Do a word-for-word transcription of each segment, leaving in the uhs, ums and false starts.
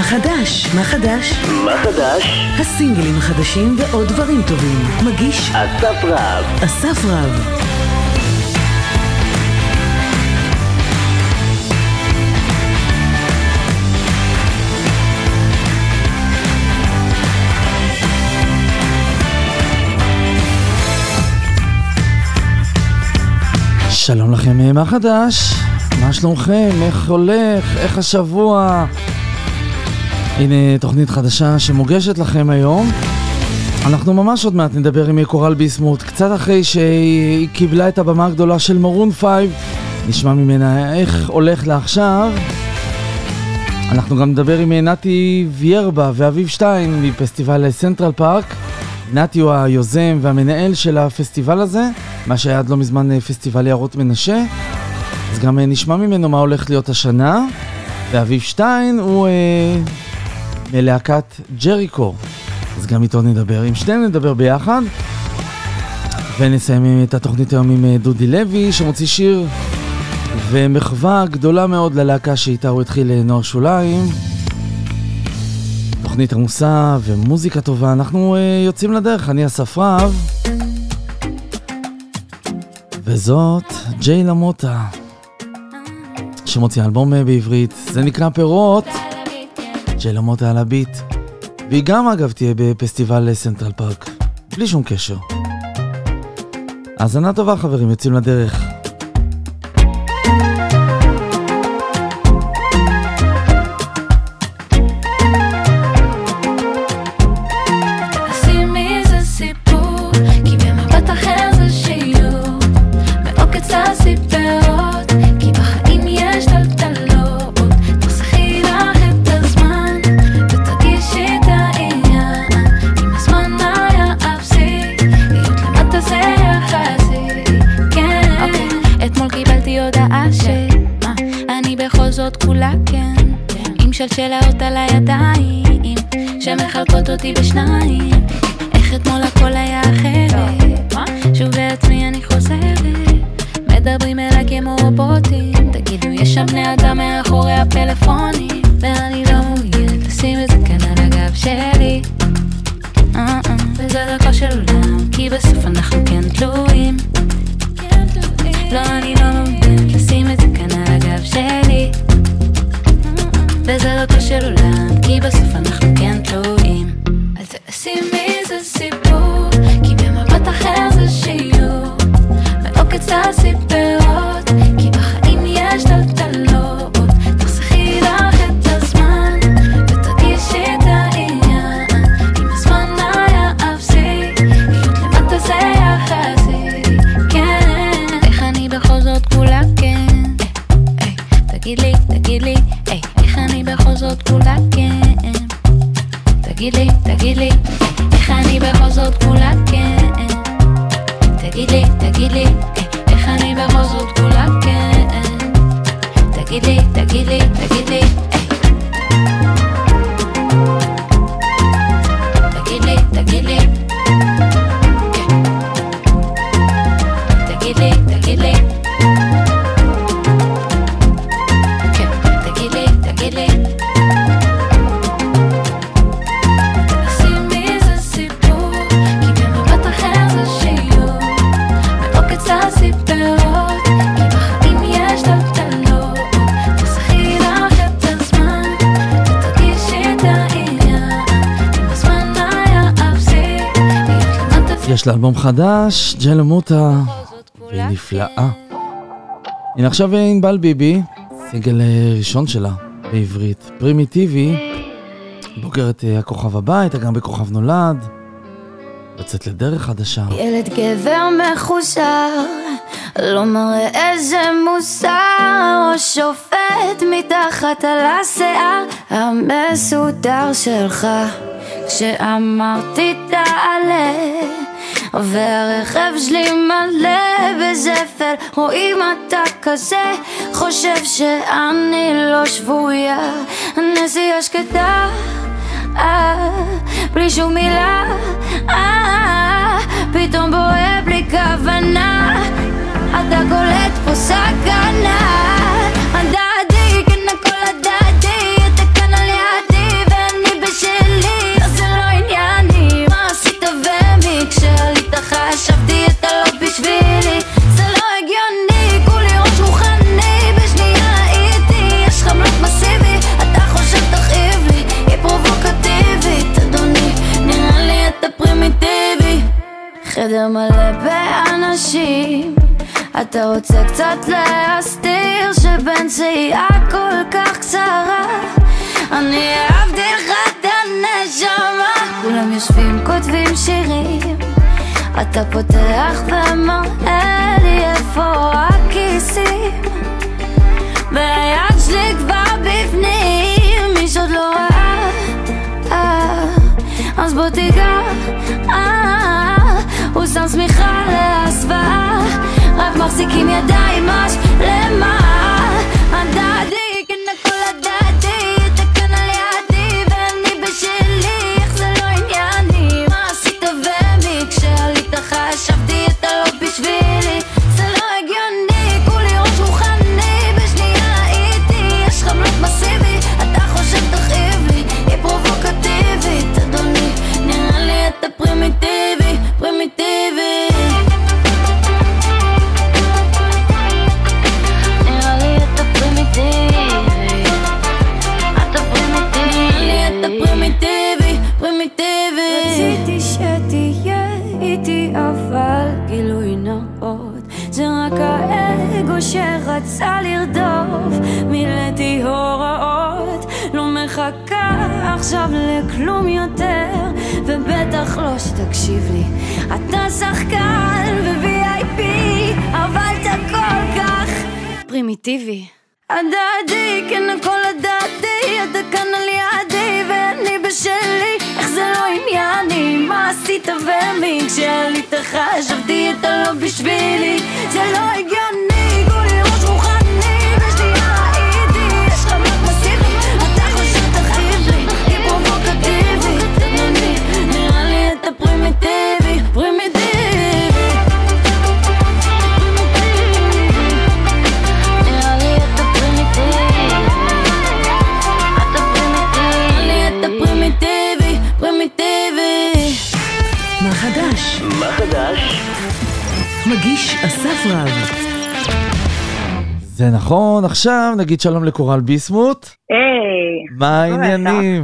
חדש? מה חדש? מה חדש? הסינגלים החדשים ועוד דברים טובים. מגיש אסף רב. אסף רב. שלום לכם, מה חדש? מה שלומכם? איך הולך? איך השבוע? הנה תוכנית חדשה שמוגשת לכם היום. אנחנו ממש עוד מעט נדבר עם קורל ביסמוט, קצת אחרי שהיא קיבלה את הבמה הגדולה של מרון פייב. נשמע ממנה איך הולך לה עכשיו. אנחנו גם נדבר עם נתי ויירבה ואביב שטיין מפסטיבל סנטרל פארק. נתי הוא היוזם והמנהל של הפסטיבל הזה, מה שהיה עד לא מזמן פסטיבל יערות מנשה. אז גם נשמע ממנו מה הולך להיות השנה. ואביב שטיין הוא אה, מלהקת ג'ריקו, אז גם איתו נדבר, עם שניהם נדבר ביחד. ונסיים את התוכנית היום עם דודי לוי שמוציא שיר ומחווה גדולה מאוד ללהקה שאיתה הוא התחיל נוער שוליים. תוכנית עמוסה ומוזיקה טובה. אנחנו uh, יוצאים לדרך, אני אסף רב, וזאת ג'יי למוטה שמוציא אלבום uh, בעברית, זה נקרא פירות. ג'יי למוטה על הביט, והיא גם אגב תהיה בפסטיבל סנטרל פארק בלי שום קשר. האזנה טובה חברים, יוצאים לדרך. שלשלאות על הידיים שמחלקות אותי בשניים. איך אתמול הכל היה אחרת, שוב לעצמי אני חוזרת. מדברים אליי כמו רובוטים, תגידו יש שם בני אדם מאחורי הפלאפונים, ואני לא מעוניינת לשים את זה כאן על הגב שלי. וזה דרכו של עולם, כי בסוף אנחנו כן תלויים. לא, אני לא מעוניינת לשים את זה כאן על הגב שלי, וזה דרכו של עולם, כי בסוף אנחנו כן תלויים. אל תשימי זה סיפור, כי במבט אחר זה שיעור מעוקץ הסיפרות, כי בחיים יש טלטלות. תחסכי לך את הזמן ותרגישי את העניין. אם הזמן היה אפסי, להיות למטה זה יחסי. כן, איך אני בכל זאת כולה כן. תגיד לי, תגיד לי, אני בכל זאת כולה כן. תגיד לי, תגיד לי, איך אני בכל זאת כולה כן. תגיד לי, תגיד לי, איך אני בכל זאת כולה כן. תגיד לי, תגיד לי, תגיד לי, תגיד לי, תגיד לי, תגיד לי, תגיד לי, יש לה אלבום חדש, ג'יי למוטה, והיא נפלאה. הנה עכשיו ענבל ביבי, סינגל ראשון שלה בעברית, פרימיטיבי, בוגרת הכוכב הבא, הייתה גם בכוכב נולד, יוצאת לדרך חדשה. ילד גבר מחושר, לא מראה איזה מוסר, או שופט מתחת על השיער המסודר שלך, כשאמרתי תעלה והרכב שלי מלא בזפל, רואים אתה כזה חושב שאני לא שבויה. הנסיעה שקטה אה, בלי שום מילה אה, פתאום בואה בלי כוונה, אתה קולט פה סכנה. הדעתי כן הכל הדעתי, אתה כאן על ידי אתה רוצה קצת להסתיר שבין שהייה כל כך קצרה. אני אהבתי לך את הנשמה. כולם יושבים כותבים שירים, אתה פותח ומראה לי איפה הכיסים, והיד שלי כבר בפנים, מי שעוד לא ראה, אה, אז בוא תיגע, אה, הוא שם שמיכה להסוואה, רק מחזיקים ידיים מש למה הדדי, כן הכל הדדי, אתה כאן על ידי ואני בשלי, איך זה לא ענייני, מה עשית ומי כשעלית חשבתי אתה לא בשבילי, זה לא הגיוני, כולי ראש רוחני, בשנייה הייתי, יש חמלות מסיבי, אתה חושב תכאיב לי, היא פרובוקטיבית, אדוני, נראה לי אתה פרימיטיבי, פרימיטיבי. נראה לי אתה פרימיטיבי, אתה פרימיטיבי, נראה לי אתה פרימיטיבי, פרימיטיבי. רציתי שתהיה איתי אבל גילוי נאות, זה רק האגו שרצה לרדוף, מילאתי הוראות, לא מחכה עכשיו לכלום יותר, ובטח לא שתקשיב לי, אתה שחקן ב-וי איי פי, אבל אתה כל כך פרימיטיבי. הדדי, כן הכל הדדי, אתה כאן על ידי ואני בשלי, איך זה לא ענייני, מה עשית ומי כשעלית חשבתי אתה לא בשבילי, זה לא הגיוני, כולי ראש רוחני, בשנייה הייתי, יש חמלות מסיבי, אתה חושב תכאיב לי, היא פרובוקטיבית, אדוני, נראה לי אתה פרימיטיבי, פרימיטיבי. מה חדש? מה חדש? מגיש אסף רב. זה נכון, עכשיו נגיד שלום לקורל ביסמוט. היי. מה העניינים?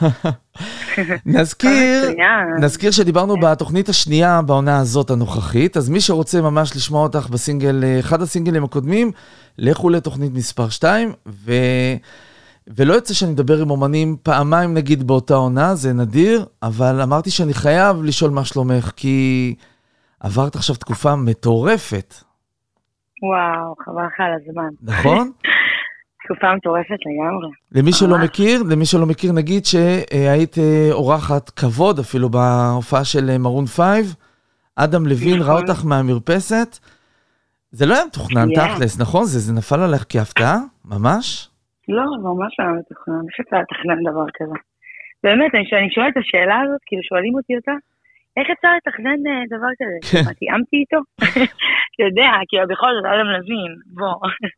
נזכיר, נזכיר שדיברנו בתוכנית השנייה בעונה הזאת הנוכחית, אז מי שרוצה ממש לשמוע אותך בסינגל, אחד הסינגלים הקודמים, לכו לתוכנית מספר שתיים, ו... ולא יוצא שאני מדבר עם אומנים פעמיים נגיד באותה עונה, זה נדיר, אבל אמרתי שאני חייב לשאול מה שלומך, כי עברת עכשיו תקופה מטורפת. וואו, חבל לך על הזמן. נכון? תקופה מטורפת לגמרי. למי שלא מכיר, למי שלא מכיר נגיד שהיית אורחת כבוד אפילו בהופעה של מרון פייב, אדם לוין ראה אותך מהמרפסת, זה לא היה מתוכנן תכלס, נכון? זה, זה נפל עליך כהפתעה? ממש? לא, ממש לא היה מתוכנן, אני חושבת היה תכנן דבר כזה. באמת, אני שואלת את השאלה הזאת, כאילו שואלים אותי אותה, איך אפשר לתכנן דבר כזה? מה, תיאמתי איתו? אתה יודע, כאילו בכל זאת, אדם לוין, בוא.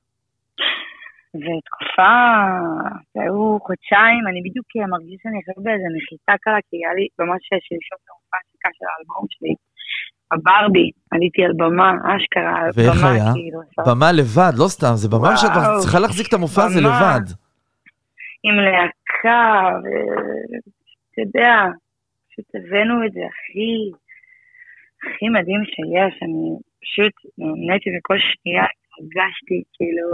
ותקופה, היו חודשיים, אני בדיוק מרגיש שאני אחרי באיזה נחיתה קלה, כי היה לי ממש שלשום את המופע השיקה של האלבום שלי, הברבי, עליתי על במה, אשכרה, ואיך במה, היה? כאילו, במה לבד, לא סתם, זה במה שאת צריכה להחזיק את המופע הזה לבד. עם להקה, ואתה יודע, פשוט הבאנו את זה הכי, הכי מדהים שיש, אני פשוט נהניתי בכל שנייה, הרגשתי, כאילו,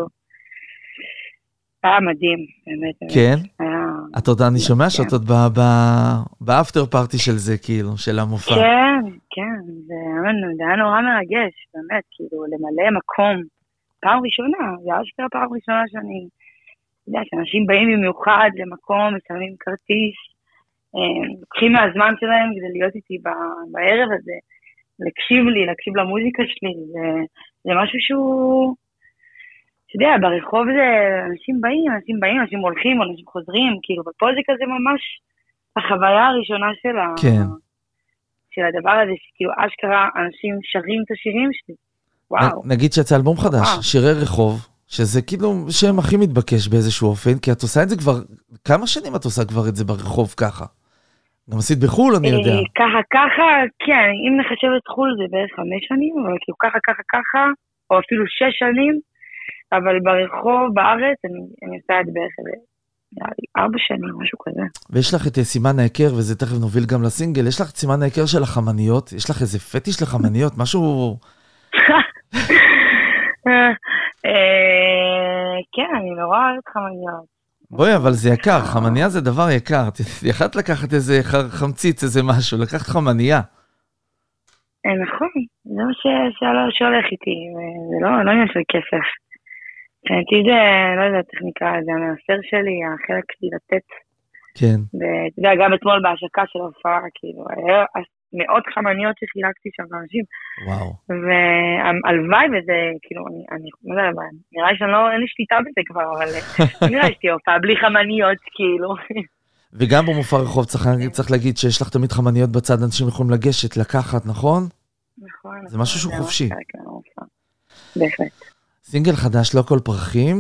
היה מדהים, באמת. כן? את עוד, אני שומע שאת עוד באפטר פארטי של זה, כאילו, של המופע. כן, כן, זה היה נורא מרגש, באמת, כאילו, למלא מקום, פעם ראשונה, זה היה שכרה פעם ראשונה שאני, אתה יודע, שאנשים באים במיוחד למקום, מסיימים כרטיס, לוקחים מהזמן שלהם כדי להיות איתי בערב הזה, להקשיב לי, להקשיב למוזיקה שלי, זה משהו שהוא, אתה יודע, ברחוב זה אנשים באים, אנשים באים, אנשים הולכים, אנשים חוזרים, כאילו, ופה זה כזה ממש החוויה הראשונה של, כן. ה... של הדבר הזה, שכאילו אשכרה אנשים שרים את השירים שלי, וואו. נ, נגיד שיצא אלבום חדש, וואו. שירי רחוב, שזה כאילו שם הכי מתבקש באיזשהו אופן, כי את עושה את זה כבר, כמה שנים את עושה כבר את זה ברחוב ככה? גם עשית בחול, אני יודע. ככה, ככה, כן, אם נחשב את חול זה בערך חמש שנים, אבל כאילו ככה, ככה, ככה, או אפילו שש שנים, אבל ברחוב, בארץ, אני, אני עושה את זה בערך ארבע שנים, משהו כזה. ויש לך את סימן ההיכר, וזה תכף נוביל גם לסינגל, יש לך את סימן ההיכר של החמניות, יש לך איזה פטיש לחמניות, משהו... כן, אני נורא אוהבת חמניות. בואי, אבל זה יקר, חמניה זה דבר יקר. יכלת לקחת איזה חמציץ, איזה משהו, לקחת חמניה. נכון, זה מה שהולך איתי, זה לא עניין של כסף. מבחינתי זה, לא יודעת איך נקרא, זה המאסר שלי, החלק שלי לתת. כן. ואתה יודע, גם אתמול בהשקה של ההופעה, כאילו, היה מאות חמניות שחילקתי שם לאנשים. וואו. והלוואי וזה, כאילו, אני לא יודע, נראה לי שאני לא, אין לי שליטה בזה כבר, אבל נראה לי שתהיה הופעה בלי חמניות, כאילו. וגם במופע רחוב צריך להגיד שיש לך תמיד חמניות בצד, אנשים יכולים לגשת, לקחת, נכון? נכון. זה משהו שהוא חופשי. בהחלט. סינגל חדש, לא כל פרחים,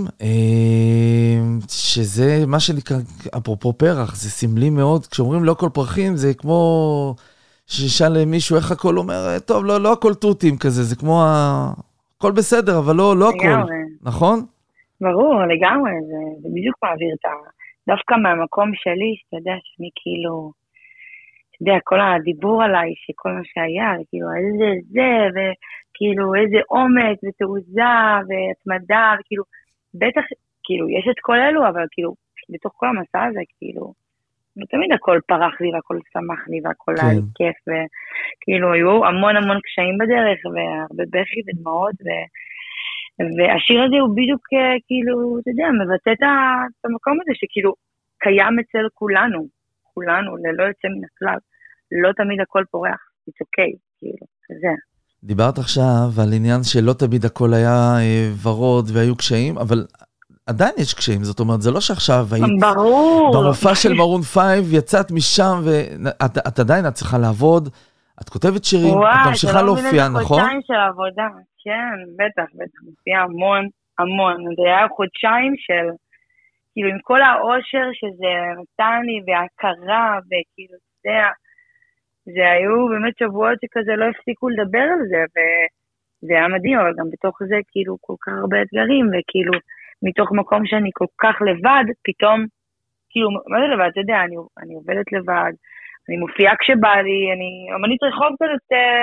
שזה מה שנקרא, אפרופו פרח, זה סמלי מאוד. כשאומרים לא כל פרחים, זה כמו ששאל למישהו איך הכל אומר, טוב, לא, לא הכל טוטים כזה, זה כמו, הכל בסדר, אבל לא, לא הכל, נכון? ברור, לגמרי, זה, זה בדיוק מעביר את ה... דווקא מהמקום שלי, שאתה יודע, שאני כאילו, אתה יודע, כל הדיבור עליי, שכל מה שהיה, כאילו, איזה זה, וכאילו, איזה אומץ, ותעוזה, והתמדה, וכאילו, בטח, כאילו, יש את כל אלו, אבל כאילו, בתוך כל המסע הזה, כאילו, תמיד הכל פרח לי, והכל שמח לי, והכל היה לי כיף, וכאילו, היו המון המון קשיים בדרך, והרבה בכי ודמעות, ו... והשיר הזה הוא בדיוק, כאילו, אתה יודע, מבטא את המקום הזה, שכאילו, קיים אצל כולנו, כולנו, ללא יוצא מן הכלל, לא תמיד הכל פורח, it's okay, כאילו, כזה. דיברת עכשיו על עניין שלא תמיד הכל היה ורוד והיו קשיים, אבל עדיין יש קשיים, זאת אומרת, זה לא שעכשיו היית... ברור. במופע של מרון פייב יצאת משם, ואת את עדיין, את צריכה לעבוד, את כותבת שירים, וואי, את ממשיכה להופיע, נכון? חודשיים של עבודה, כן, בטח, בטח, מופיע המון, המון, זה היה חודשיים של, כאילו, עם כל האושר שזה נתן לי, וההכרה, וכאילו, זה, זה היו באמת שבועות שכזה לא הפסיקו לדבר על זה, וזה היה מדהים, אבל גם בתוך זה, כאילו, כל כך הרבה אתגרים, וכאילו, מתוך מקום שאני כל כך לבד, פתאום, כאילו, מה זה לבד? אתה יודע, אני, אני עובדת לבד, אני מופיעה כשבא לי, אני אמנית רחוב כזאת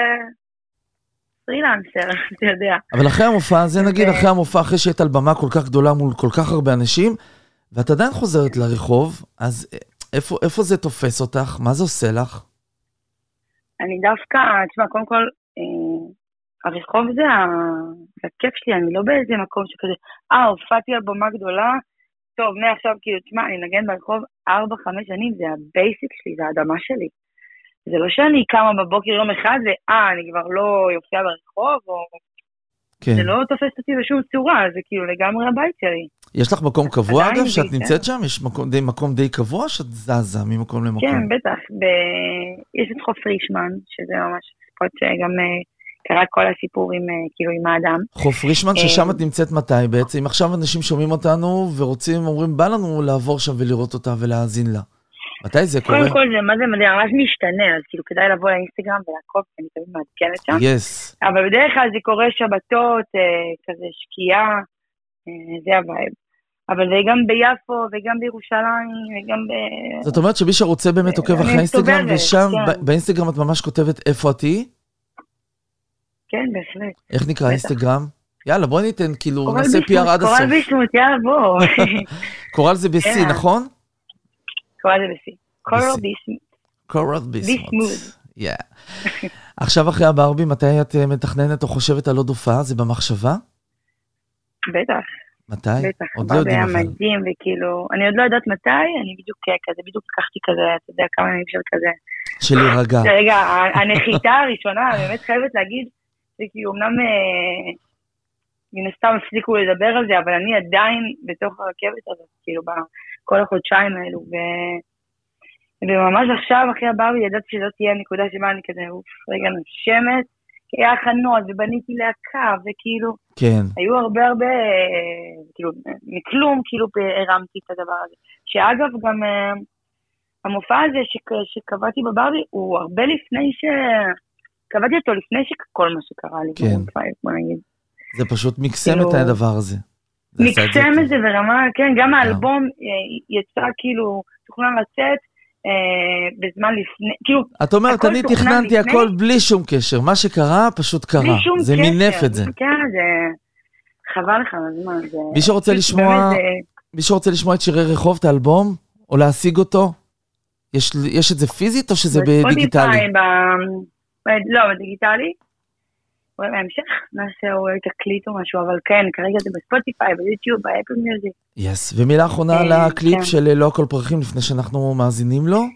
פרילנסר, אתה יודע. אבל אחרי המופע הזה, נגיד אחרי המופע, אחרי שהיית על במה כל כך גדולה מול כל כך הרבה אנשים, ואת עדיין חוזרת לרחוב, אז איפה, איפה זה תופס אותך? מה זה עושה לך? אני דווקא, תשמע, קודם כל, הרחוב זה הכיף שלי, אני לא באיזה מקום שכזה, אה, הופעתי על במה גדולה, טוב, מעכשיו, כאילו, תשמע, אני נגן ברחוב ארבע, חמש שנים, זה הבייסיק שלי, זה האדמה שלי. זה לא שאני קמה בבוקר יום אחד, ואה, אני כבר לא יופיע ברחוב, או... כן. זה לא תופס אותי בשום צורה, זה כאילו לגמרי הבית שלי. יש לך מקום קבוע, אגב, שאת נמצאת שם? יש מקום די, מקום די קבוע, שאת זזה ממקום למקום? כן, בטח. ב... יש את חוף רישמן, שזה ממש ספוט שגם... קרה כל הסיפור עם, כאילו, עם האדם. חוף רישמן, ששם את נמצאת מתי בעצם? עכשיו אנשים שומעים אותנו ורוצים, אומרים, בא לנו לעבור שם ולראות אותה ולהאזין לה. מתי זה קורה? קודם כל זה, מה זה מדהים, ממש משתנה, אז כאילו כדאי לבוא לאינסטגרם ולעקוב, אני תמיד מעדכנת שם. Yes. אבל בדרך כלל זה קורה שבתות, כזה שקיעה, זה הווייב. אבל זה גם ביפו וגם בירושלים וגם ב... זאת אומרת שמי שרוצה באמת עוקב אחרי האינסטגרם, ושם באינסטגרם את ממש כותבת איפה את היא? כן, בהחלט. איך נקרא אינסטגרם? יאללה, בואי ניתן, כאילו, נעשה פי אר עד הסוף. קורל ביסמוט, יאללה, בוא. קורל זה ב-C, נכון? קורל זה ב-C. קורל ביסמוט. קורל ביסמוט. יא. עכשיו אחרי הברבי, מתי את מתכננת או חושבת על עוד הופעה? זה במחשבה? בטח. מתי? בטח. עוד לא יודעים אבל. בטח, מדהים, וכאילו, אני עוד לא יודעת מתי, אני בדיוק כזה, בדיוק לקחתי כזה, אתה יודע, כמה ימים של כזה. של להירגע. רגע, הנחיתה הראשונה, אני באמת חייבת להגיד, זה כאילו, אמנם מן הסתם הפסיקו לדבר על זה, אבל אני עדיין בתוך הרכבת הזאת, כאילו, בכל החודשיים האלו, ו... וממש עכשיו, אחרי הברבי, ידעתי שזאת תהיה הנקודה שבה אני כזה, אוף, רגע נשמת, כי היה הכנות, ובניתי להקה, וכאילו, כן. היו הרבה הרבה, כאילו, מכלום, כאילו, הרמתי את הדבר הזה. שאגב, גם המופע הזה שקבעתי בברבי, הוא הרבה לפני ש... קבעתי אותו לפני שכל מה שקרה לי. כן. בוא נגיד. זה פשוט מקסם את הדבר הזה. מקסם את זה ברמה, כן, גם האלבום יצא כאילו, תוכנן לצאת, בזמן לפני, כאילו... את אומרת, אני תכננתי הכל בלי שום קשר, מה שקרה פשוט קרה. זה מינף את זה. כן, זה... חבל לך הזמן. מי שרוצה לשמוע, מי שרוצה לשמוע את שירי רחוב, את האלבום, או להשיג אותו, יש, יש את זה פיזית או שזה בדיגיטלי? לא, בדיגיטלי. אולי בהמשך נעשה או תקליט או משהו, אבל כן, כרגע זה בספוטיפיי, ביוטיוב, באפל מיוזיק. יס, ומילה האחרונה על הקליפ של לא הכל פרחים, לפני שאנחנו מאזינים לו?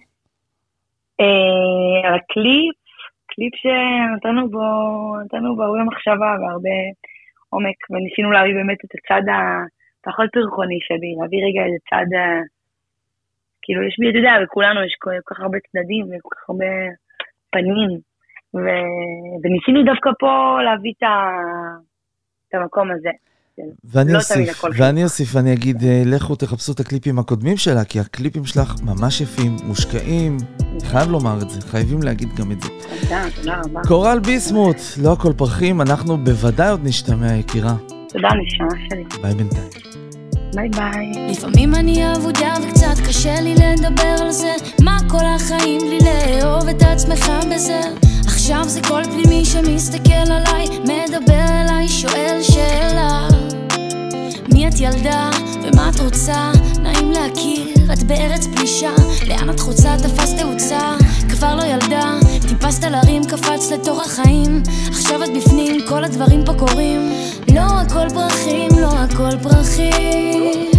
על הקליפ, קליפ שנתנו בו, נתנו בו הרבה מחשבה והרבה עומק, וניסינו להביא באמת את הצד הפחות פרחוני שלי, להביא רגע את הצד, כאילו יש בי, אתה יודע, וכולנו יש כל כך הרבה צדדים וכל כך הרבה פנים, ו- וניסינו דווקא פה להביא את, ה- את המקום הזה. ואני לא אוסיף, ואני אוסיף, ואני אגיד, לכו תחפשו את הקליפים הקודמים שלה, כי הקליפים שלך ממש יפים, מושקעים, חייב לומר את זה, חייבים להגיד גם את זה. תודה, תודה רבה. קורל ביסמוט, לא הכל פרחים, אנחנו בוודאי עוד נשתמע, יקירה. תודה, נשמה שלי. ביי בינתיים. ביי ביי. לפעמים אני אבודה וקצת קשה לי לדבר על זה, מה כל החיים לי לאהוב את עצמך בזה. עכשיו זה כל פנימי שמסתכל עליי, מדבר אליי, שואל שאלה, מי את ילדה ומה את רוצה? נעים להכיר, את בארץ פלישה, לאן את חוצה? תפסת תאוצה, כבר לא ילדה, טיפסת להרים, קפץ לתוך החיים, עכשיו את בפנים, כל הדברים פה קורים, לא הכל פרחים, לא הכל פרחים,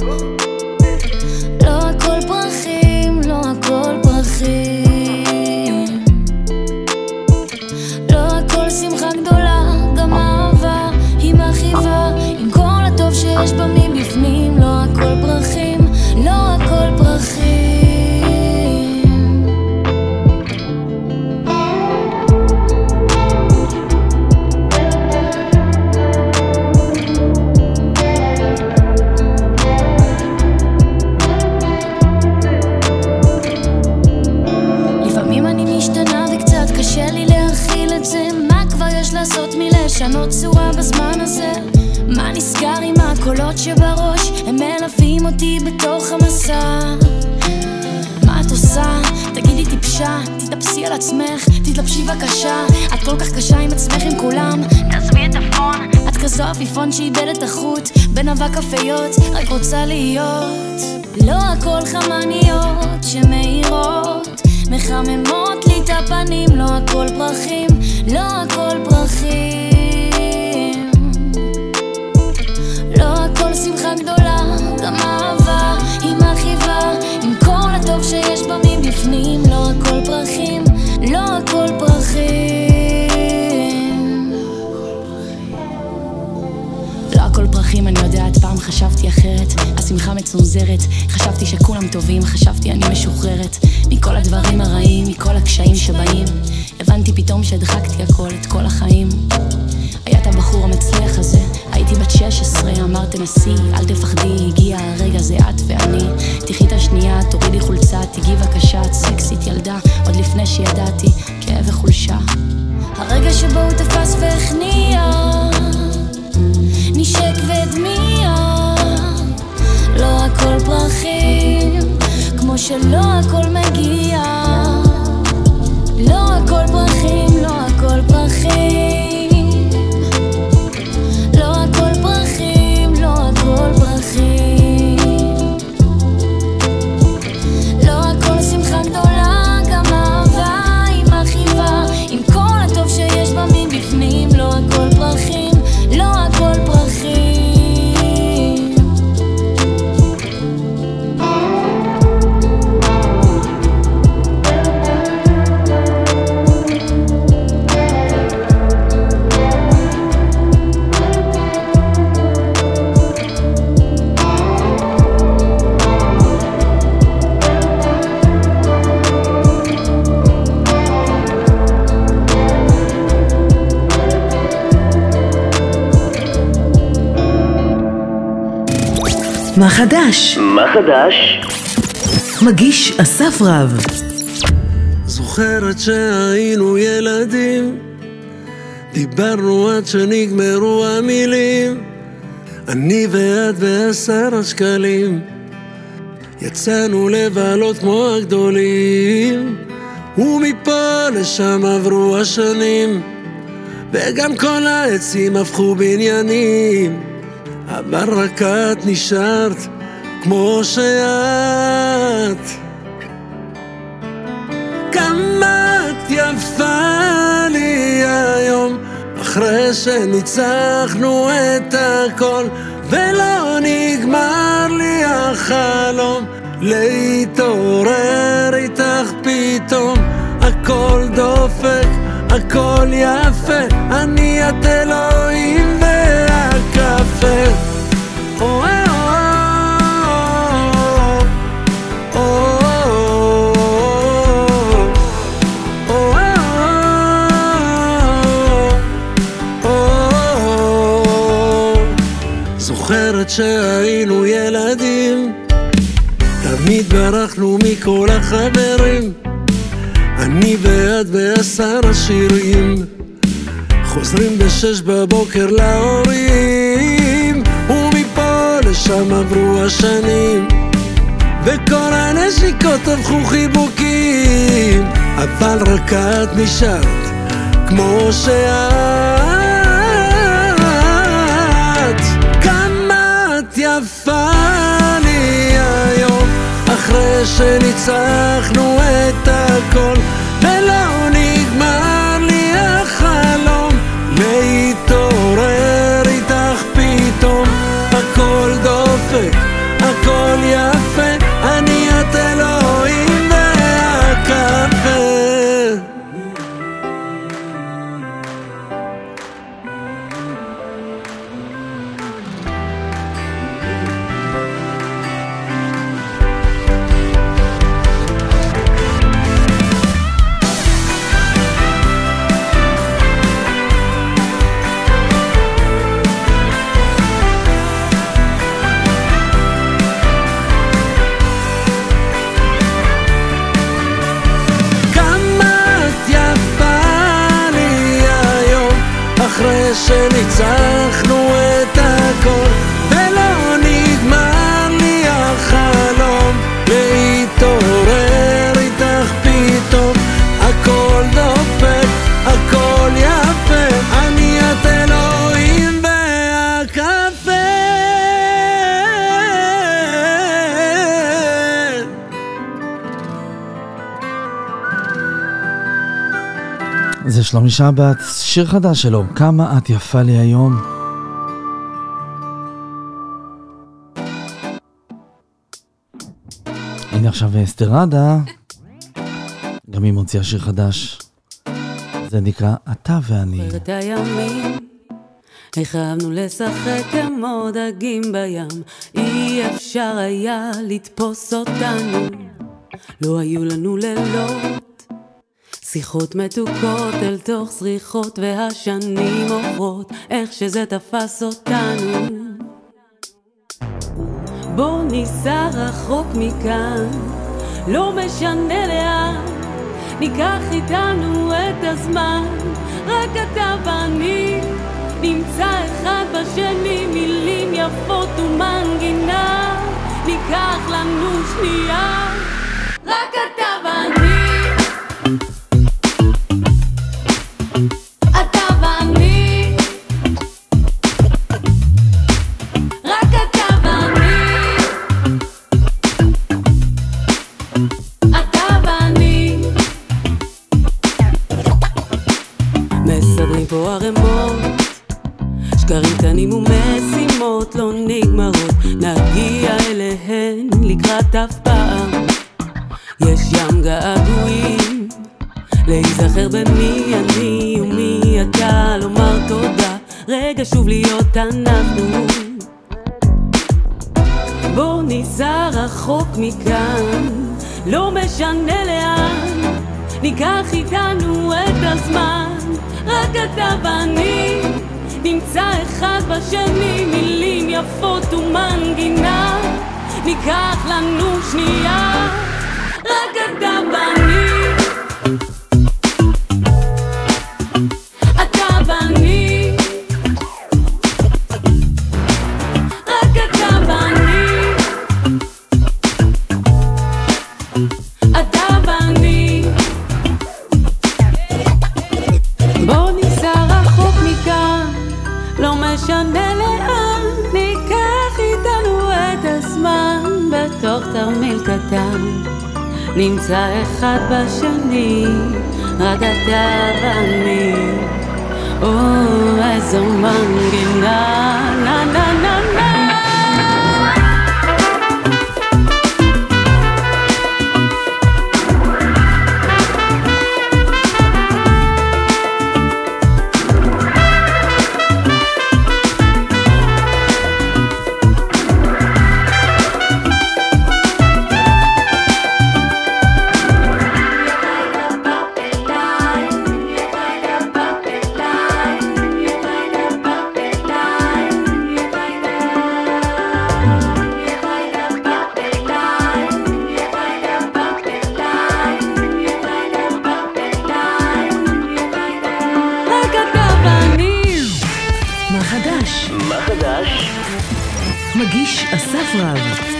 לא הכל פרחים, לא הכל פרחים, לא הכל שמחה גדולה, גם אהבה היא מרחיבה, עם כל הטוב שיש בה מבפנים, לא הכל פרחים, לא הכל פרחים. לפעמים אני משתנה וקצת קשה לי להכיל את זה, מה כבר יש לעשות מלשנות צורה בזמן הזה? מה נסגר עם הקולות שבראש, הם מלווים אותי בתוך המסע, מה את עושה? תגידי טיפשה, תתאפסי על עצמך, תתלבשי בבקשה, את כל כך קשה עם עצמך עם כולם, תעזבי את הפון, את כזו אפיפון שאיבד את החוט, בין אבק כפיות, רק רוצה להיות, לא הכל חמניות שמאירות, מחממות לי את הפנים, לא הכל פרחים, לא הכל פרחים, לא הכל שמחה גדולה, גם אהבה היא מרחיבה, עם כל הטוב שיש בה מבפנים, לא הכל פרחים, לא הכל פרחים, לא הכל פרחים, אני יודעת, פעם חשבתי אחרת, השמחה מצונזרת, חשבתי שכולם טובים, חשבתי אני משוחררת מכל הדברים הרעים, מכל הקשיים שבאים, הבנתי פתאום שהדחקתי הכל, את כל החיים, היה את הבחור המצליח הזה, הייתי בת שש עשרה, אמר תנסי, אל תפחדי, הגיע הרגע זה את ואני, תחי את השנייה, תורידי חולצה, תגיעי בבקשה, את סקסית ילדה, עוד לפני שידעתי, כאב וחולשה, הרגע שבו הוא תפס והכניע, נשק ודמיע, לא הכל פרחים, כמו שלא הכל מגיע, לא הכל פרחים, לא הכל פרחים, לא הכל פרחים, לא הכל פרחים, לא הכל שמחה גדולה, גם אהבה היא מרחיבה, עם כל הטוב שיש בה מבפנים, לא הכל פרחים, לא הכל פרחים. מה חדש? מה חדש? מגיש אסף רב. זוכרת שהיינו ילדים, דיברנו עד שנגמרו המילים, אני ואת בעשר השקלים, יצאנו לבלות כמו הגדולים, ומפה לשם עברו השנים, וגם כל העצים הפכו בניינים, אבל רק את נשארת כמו שאת. כמה את יפה לי היום, אחרי שניצחנו את הכל, ולא נגמר לי החלום להתעורר איתך פתאום. הכל דופק, הכל יפה, אני את אלוהים והקפה. או זוכרת שהיינו ילדים, תמיד ברחנו מכל החברים, אני ואת בעשר השירים, חוזרים בשש בבוקר להורים, ומפה לשם עברו השנים, וכל הנשיקות הפכו חיבוקים, אבל רק את נשארת כמו שאת. יפה לי היום, אחרי שניצחנו את הכל, ולא נגמר לי החלום להתעורר איתך פתאום. הכל דופק, הכל יפה, אני את אלוהים והקפה. אחרי שניצחנו את הכל, ולא נגמר לי החלום להתעורר איתך פתאום. הכל דופק, הכל יפה, אני את אלוהים והקפה. זה שלומי שבת, שיר חדש שלו, כמה את יפה לי היום. הנה עכשיו אסתרדה, גם היא מוציאה שיר חדש, זה נקרא אתה ואני. זוכרת הימים, איך אהבנו לשחק כמו דגים בים, אי אפשר היה לתפוס אותנו, לא היו לנו לילות, שיחות מתוקות אל תוך זריחות, והשנים עוברות איך שזה תפס אותנו. בוא ניסע רחוק מכאן, לא משנה לאן, ניקח איתנו את הזמן, רק אתה ואני נמצא אחד בשני, מילים יפות ומנגינה, ניקח לנו שנייה, רק אתה ואני. פה הרמות, שקרים קטנים ומשימות לא נגמרות, נגיע אליהן לקראת אף פעם. יש ים געגועים להיזכר במי אני ומי אתה, לומר תודה, רגע שוב להיות אנחנו. בוא ניסע רחוק מכאן, לא משנה לאן, ניקח איתנו את הזמן, רק אתה ואני נמצא אחד בשני, מילים יפות ומנגינה, ניקח לנו שנייה, רק אתה ואני. אתה ואני, רק אתה ואני, אתה ואני. בוא ניסע רחוק מכאן, לא משנה לאן, ניקח הזמן בתוך תרמיל קטן, נמצא אחד בשני, רק אתה ואני. או, איזו מנגינה, נה נה נה נה. מגיש אסף רב.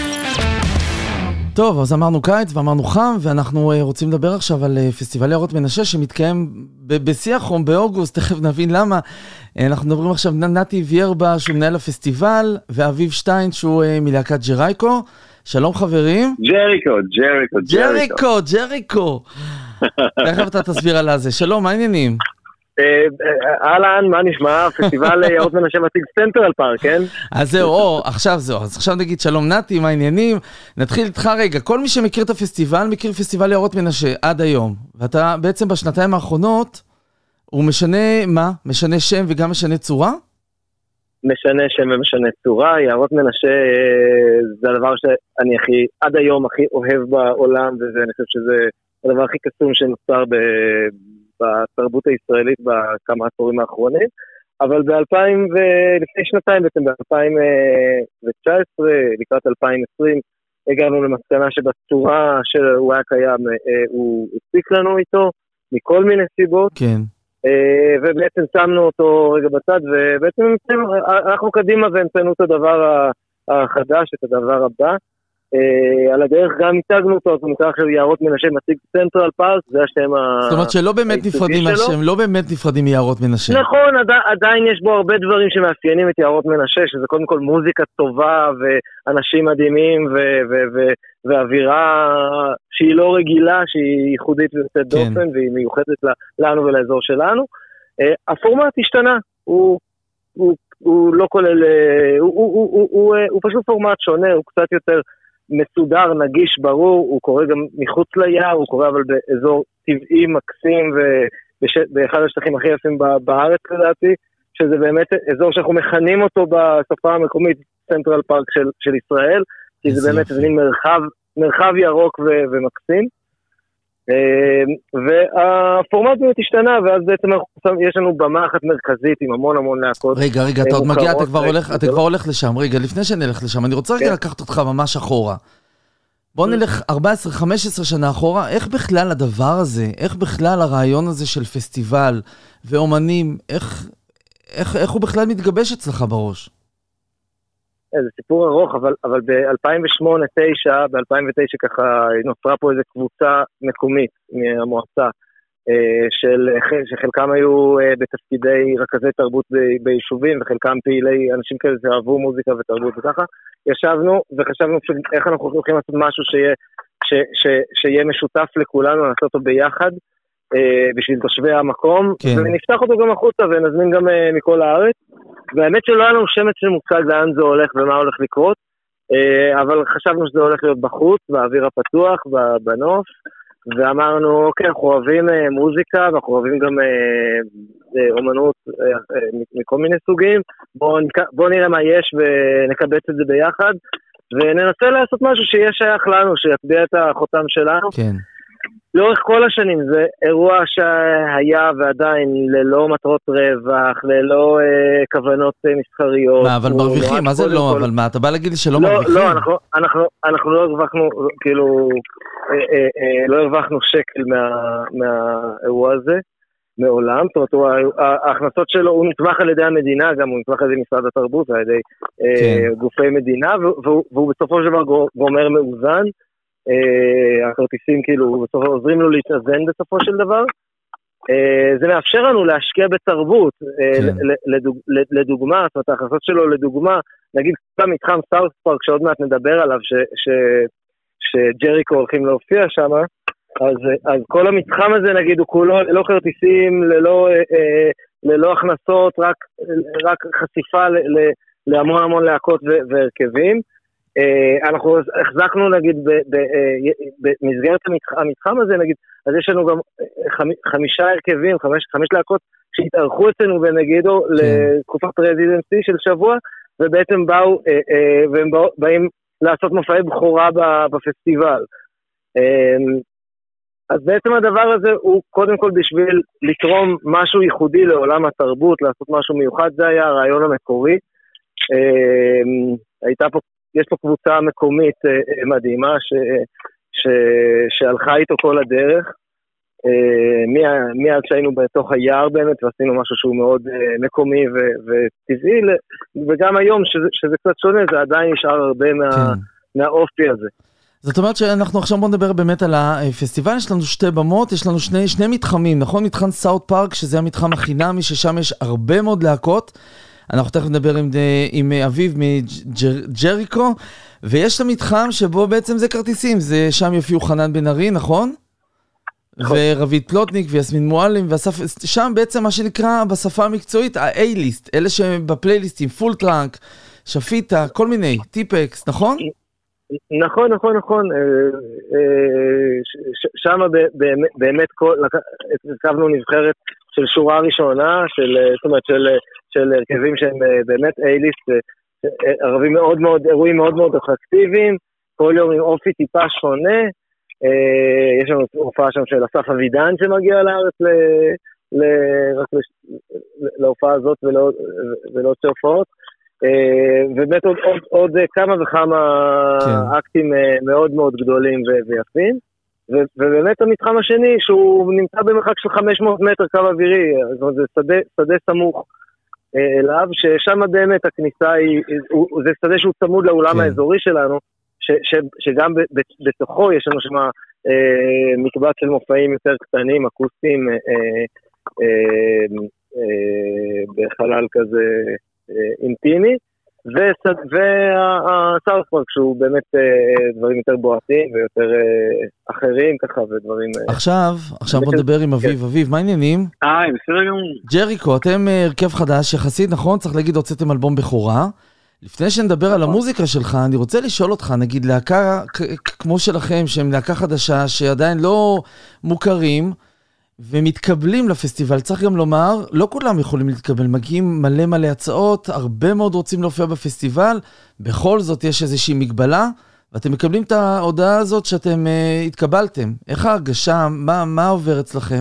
טוב, אז אמרנו קיץ ואמרנו חם, ואנחנו uh, רוצים לדבר עכשיו על uh, פסטיבל יערות מנשה שמתקיים ב- בשיא החום באוגוסט, תכף נבין למה. Uh, אנחנו מדברים עכשיו נתי ויירבה שהוא מנהל הפסטיבל, ואביב שטיין שהוא uh, מלהקת ג'רייקו. שלום חברים. ג'ריקו, ג'ריקו, ג'ריקו, ג'ריקו. תכף אתה תסביר על זה. שלום, מה העניינים? אהלן, מה נשמע? פסטיבל יערות מנשה מציג סנטרל פארק, כן? אז זהו, או, עכשיו זהו, אז עכשיו נגיד שלום נתי, מה העניינים? נתחיל איתך רגע, כל מי שמכיר את הפסטיבל, מכיר פסטיבל יערות מנשה עד היום, ואתה בעצם בשנתיים האחרונות, הוא משנה מה? משנה שם וגם משנה צורה? משנה שם ומשנה צורה, יערות מנשה זה הדבר שאני הכי, עד היום הכי אוהב בעולם, ואני חושב שזה הדבר הכי קסום שנוצר ב... בתרבות הישראלית בכמה עשורים האחרונים, אבל ב-אלפיים ולפני שנתיים בעצם ב-אלפיים תשע עשרה לקראת אלפיים עשרים הגענו למסקנה שבצורה שהוא היה קיים הוא הספיק לנו איתו מכל מיני סיבות, כן. ובעצם שמנו אותו רגע בצד, ובעצם אנחנו קדימה והמצאנו את הדבר החדש, את הדבר הבא. על הדרך גם הצגנו אותו, הוא נקרא עכשיו יערות מנשה מציג סנטרל פארק, זה השם ה... זאת אומרת שלא באמת נפרדים מהשם, לא באמת נפרדים מיערות מנשה. נכון, עדיין יש בו הרבה דברים שמאפיינים את יערות מנשה, שזה קודם כל מוזיקה טובה, ואנשים מדהימים, ואווירה שהיא לא רגילה, שהיא ייחודית ויוצאת דופן, והיא מיוחדת לנו ולאזור שלנו. הפורמט השתנה, הוא לא כולל, הוא פשוט פורמט שונה, הוא קצת יותר מסודר, נגיש, ברור, הוא קורה גם מחוץ ליער, הוא קורה אבל באזור טבעי מקסים ובאחד השטחים הכי יפים בארץ לדעתי, שזה באמת אזור שאנחנו מכנים אותו בשפה המקומית סנטרל פארק של, של ישראל, כי זה באמת מין מרחב, מרחב ירוק ו, ומקסים. והפורמט באמת השתנה, ואז בעצם יש לנו במה אחת מרכזית עם המון המון להקות. רגע, רגע, אתה עוד מגיע, אתה כבר הולך, אתה כבר הולך לשם. רגע, לפני שנלך לשם, אני רוצה רגע לקחת אותך ממש אחורה. בוא נלך ארבע עשרה חמש עשרה שנה אחורה. איך בכלל הדבר הזה, איך בכלל הרעיון הזה של פסטיבל ואומנים, איך איך איך הוא בכלל מתגבש אצלך בראש? זה סיפור ארוך, אבל, אבל ב-אלפיים ושמונה תשע, ב-אלפיים ותשע ככה נוצרה פה איזו קבוצה מקומית מהמועצה, של, שחלקם היו בתפקידי רכזי תרבות ביישובים, וחלקם פעילי אנשים כאלה שאהבו מוזיקה ותרבות וככה. ישבנו וחשבנו איך אנחנו הולכים לעשות משהו שיהיה, ש, ש, שיהיה משותף לכולנו, לעשות אותו ביחד, בשביל תושבי המקום, כן. ונפתח אותו גם החוצה ונזמין גם מכל הארץ. והאמת שלא היה לנו שמץ של מושג לאן זה הולך ומה הולך לקרות, אבל חשבנו שזה הולך להיות בחוץ, באוויר הפתוח, בנוף, ואמרנו, אוקיי, אנחנו אוהבים מוזיקה, ואנחנו אוהבים גם אומנות מכל מיני סוגים, בואו בוא נראה מה יש ונקבץ את זה ביחד, וננסה לעשות משהו שיהיה שייך לנו, שיטביע את החותם שלנו. כן. לאורך כל השנים זה אירוע שהיה ועדיין ללא מטרות רווח, ללא אה, כוונות אה, מסחריות. מה, אבל מרוויחים, מה זה לא? כל... אבל מה, אתה בא להגיד לי שלא לא, מרוויחים? לא, אנחנו, אנחנו, אנחנו לא הרווחנו, כאילו, אה, אה, אה, לא הרווחנו שקל מה, מהאירוע הזה, מעולם. זאת אומרת, ההכנסות שלו, הוא נתמך על ידי המדינה, גם הוא נתמך על ידי משרד התרבות, על ידי אה, כן. גופי מדינה, והוא, והוא בסופו של דבר גומר מאוזן. הכרטיסים כאילו בסופו עוזרים לו להתאזן בסופו של דבר, זה מאפשר לנו להשקיע בתרבות, כן. לדוג, לדוגמה, זאת אומרת, ההכנסות שלו לדוגמה, נגיד במתחם סאות' פארק, שעוד מעט נדבר עליו, ש, ש, שג'ריקו הולכים להופיע שם, אז, אז כל המתחם הזה, נגיד, הוא כולו ללא כרטיסים, ללא, ללא הכנסות, רק, רק חשיפה ל, ל, להמון המון להקות והרכבים. אנחנו החזקנו, נגיד, במסגרת המתחם הזה, נגיד, אז יש לנו גם חמישה הרכבים, חמש, חמש להקות שהתארחו אצלנו בנגידו כן. לתקופת רזידנסי של שבוע, ובעצם באו, והם באים לעשות מופעי בחורה בפסטיבל. אז בעצם הדבר הזה הוא קודם כל בשביל לתרום משהו ייחודי לעולם התרבות, לעשות משהו מיוחד, זה היה הרעיון המקורי. הייתה פה, יש פה קבוצה מקומית מדהימה ש... ש... שהלכה איתו כל הדרך, מאז שהיינו בתוך היער באמת, ועשינו משהו שהוא מאוד מקומי ו... וטבעי, וגם היום שזה, שזה קצת שונה, זה עדיין נשאר הרבה מה... כן. מהאופי הזה. זאת אומרת שאנחנו עכשיו בוא נדבר באמת על הפסטיבל, יש לנו שתי במות, יש לנו שני, שני מתחמים, נכון? מתחם סאות' פארק, שזה המתחם החינמי, ששם יש הרבה מאוד להקות, אנחנו תכף נדבר עם, עם אביב מג'ריקו, ויש את המתחם שבו בעצם זה כרטיסים, זה שם יופיעו חנן בן ארי, נכון? נכון. ורבית פלוטניק ויסמין מועלם, והשפ... שם בעצם מה שנקרא בשפה המקצועית, ה-A-ליסט, אלה שבפלייליסטים, פול טראנק, שפיטה, כל מיני, טיפקס, נכון? נכון, נכון, נכון, שם באמת הרכבנו נבחרת של שורה ראשונה, זאת אומרת של הרכבים שהם באמת A-ליסט, ערבים מאוד מאוד, אירועים מאוד מאוד אטרקטיביים, כל יום עם אופי טיפה שונה, יש לנו הופעה שם של אסף אבידן שמגיע לארץ להופעה הזאת ולעוד הופעות, ובאמת עוד, עוד, עוד כמה וכמה כן. אקטים מאוד מאוד גדולים ו- ויפים, ו- ובאמת המתחם השני שהוא נמצא במרחק של חמש מאות מטר קו אווירי, זאת אומרת זה שדה, שדה סמוך אליו, ששם באמת הכניסה היא, זה שדה שהוא צמוד לאולם כן. האזורי שלנו, ש- ש- שגם ב- ב- בתוכו יש לנו שם אה, מקבץ של מופעים יותר קטנים, אקוסטיים, אה, אה, אה, בחלל כזה אינטימי, והסאות' פארק שהוא באמת דברים יותר בועטים ויותר אחרים ככה ודברים... עכשיו, עכשיו בוא נדבר עם אביב. אביב, מה העניינים? אה, בסדר גמור. ג'ריקו, אתם הרכב חדש יחסית, נכון? צריך להגיד, הוצאתם אלבום בכורה. לפני שנדבר על המוזיקה שלך, אני רוצה לשאול אותך, נגיד להקה כמו שלכם, שהם להקה חדשה, שעדיין לא מוכרים, ומתקבלים לפסטיבל, צריך גם לומר, לא כולם יכולים להתקבל, מגיעים מלא מלא הצעות, הרבה מאוד רוצים להופיע בפסטיבל, בכל זאת יש איזושהי מגבלה, ואתם מקבלים את ההודעה הזאת שאתם uh, התקבלתם. איך ההרגשה, מה, מה עובר אצלכם?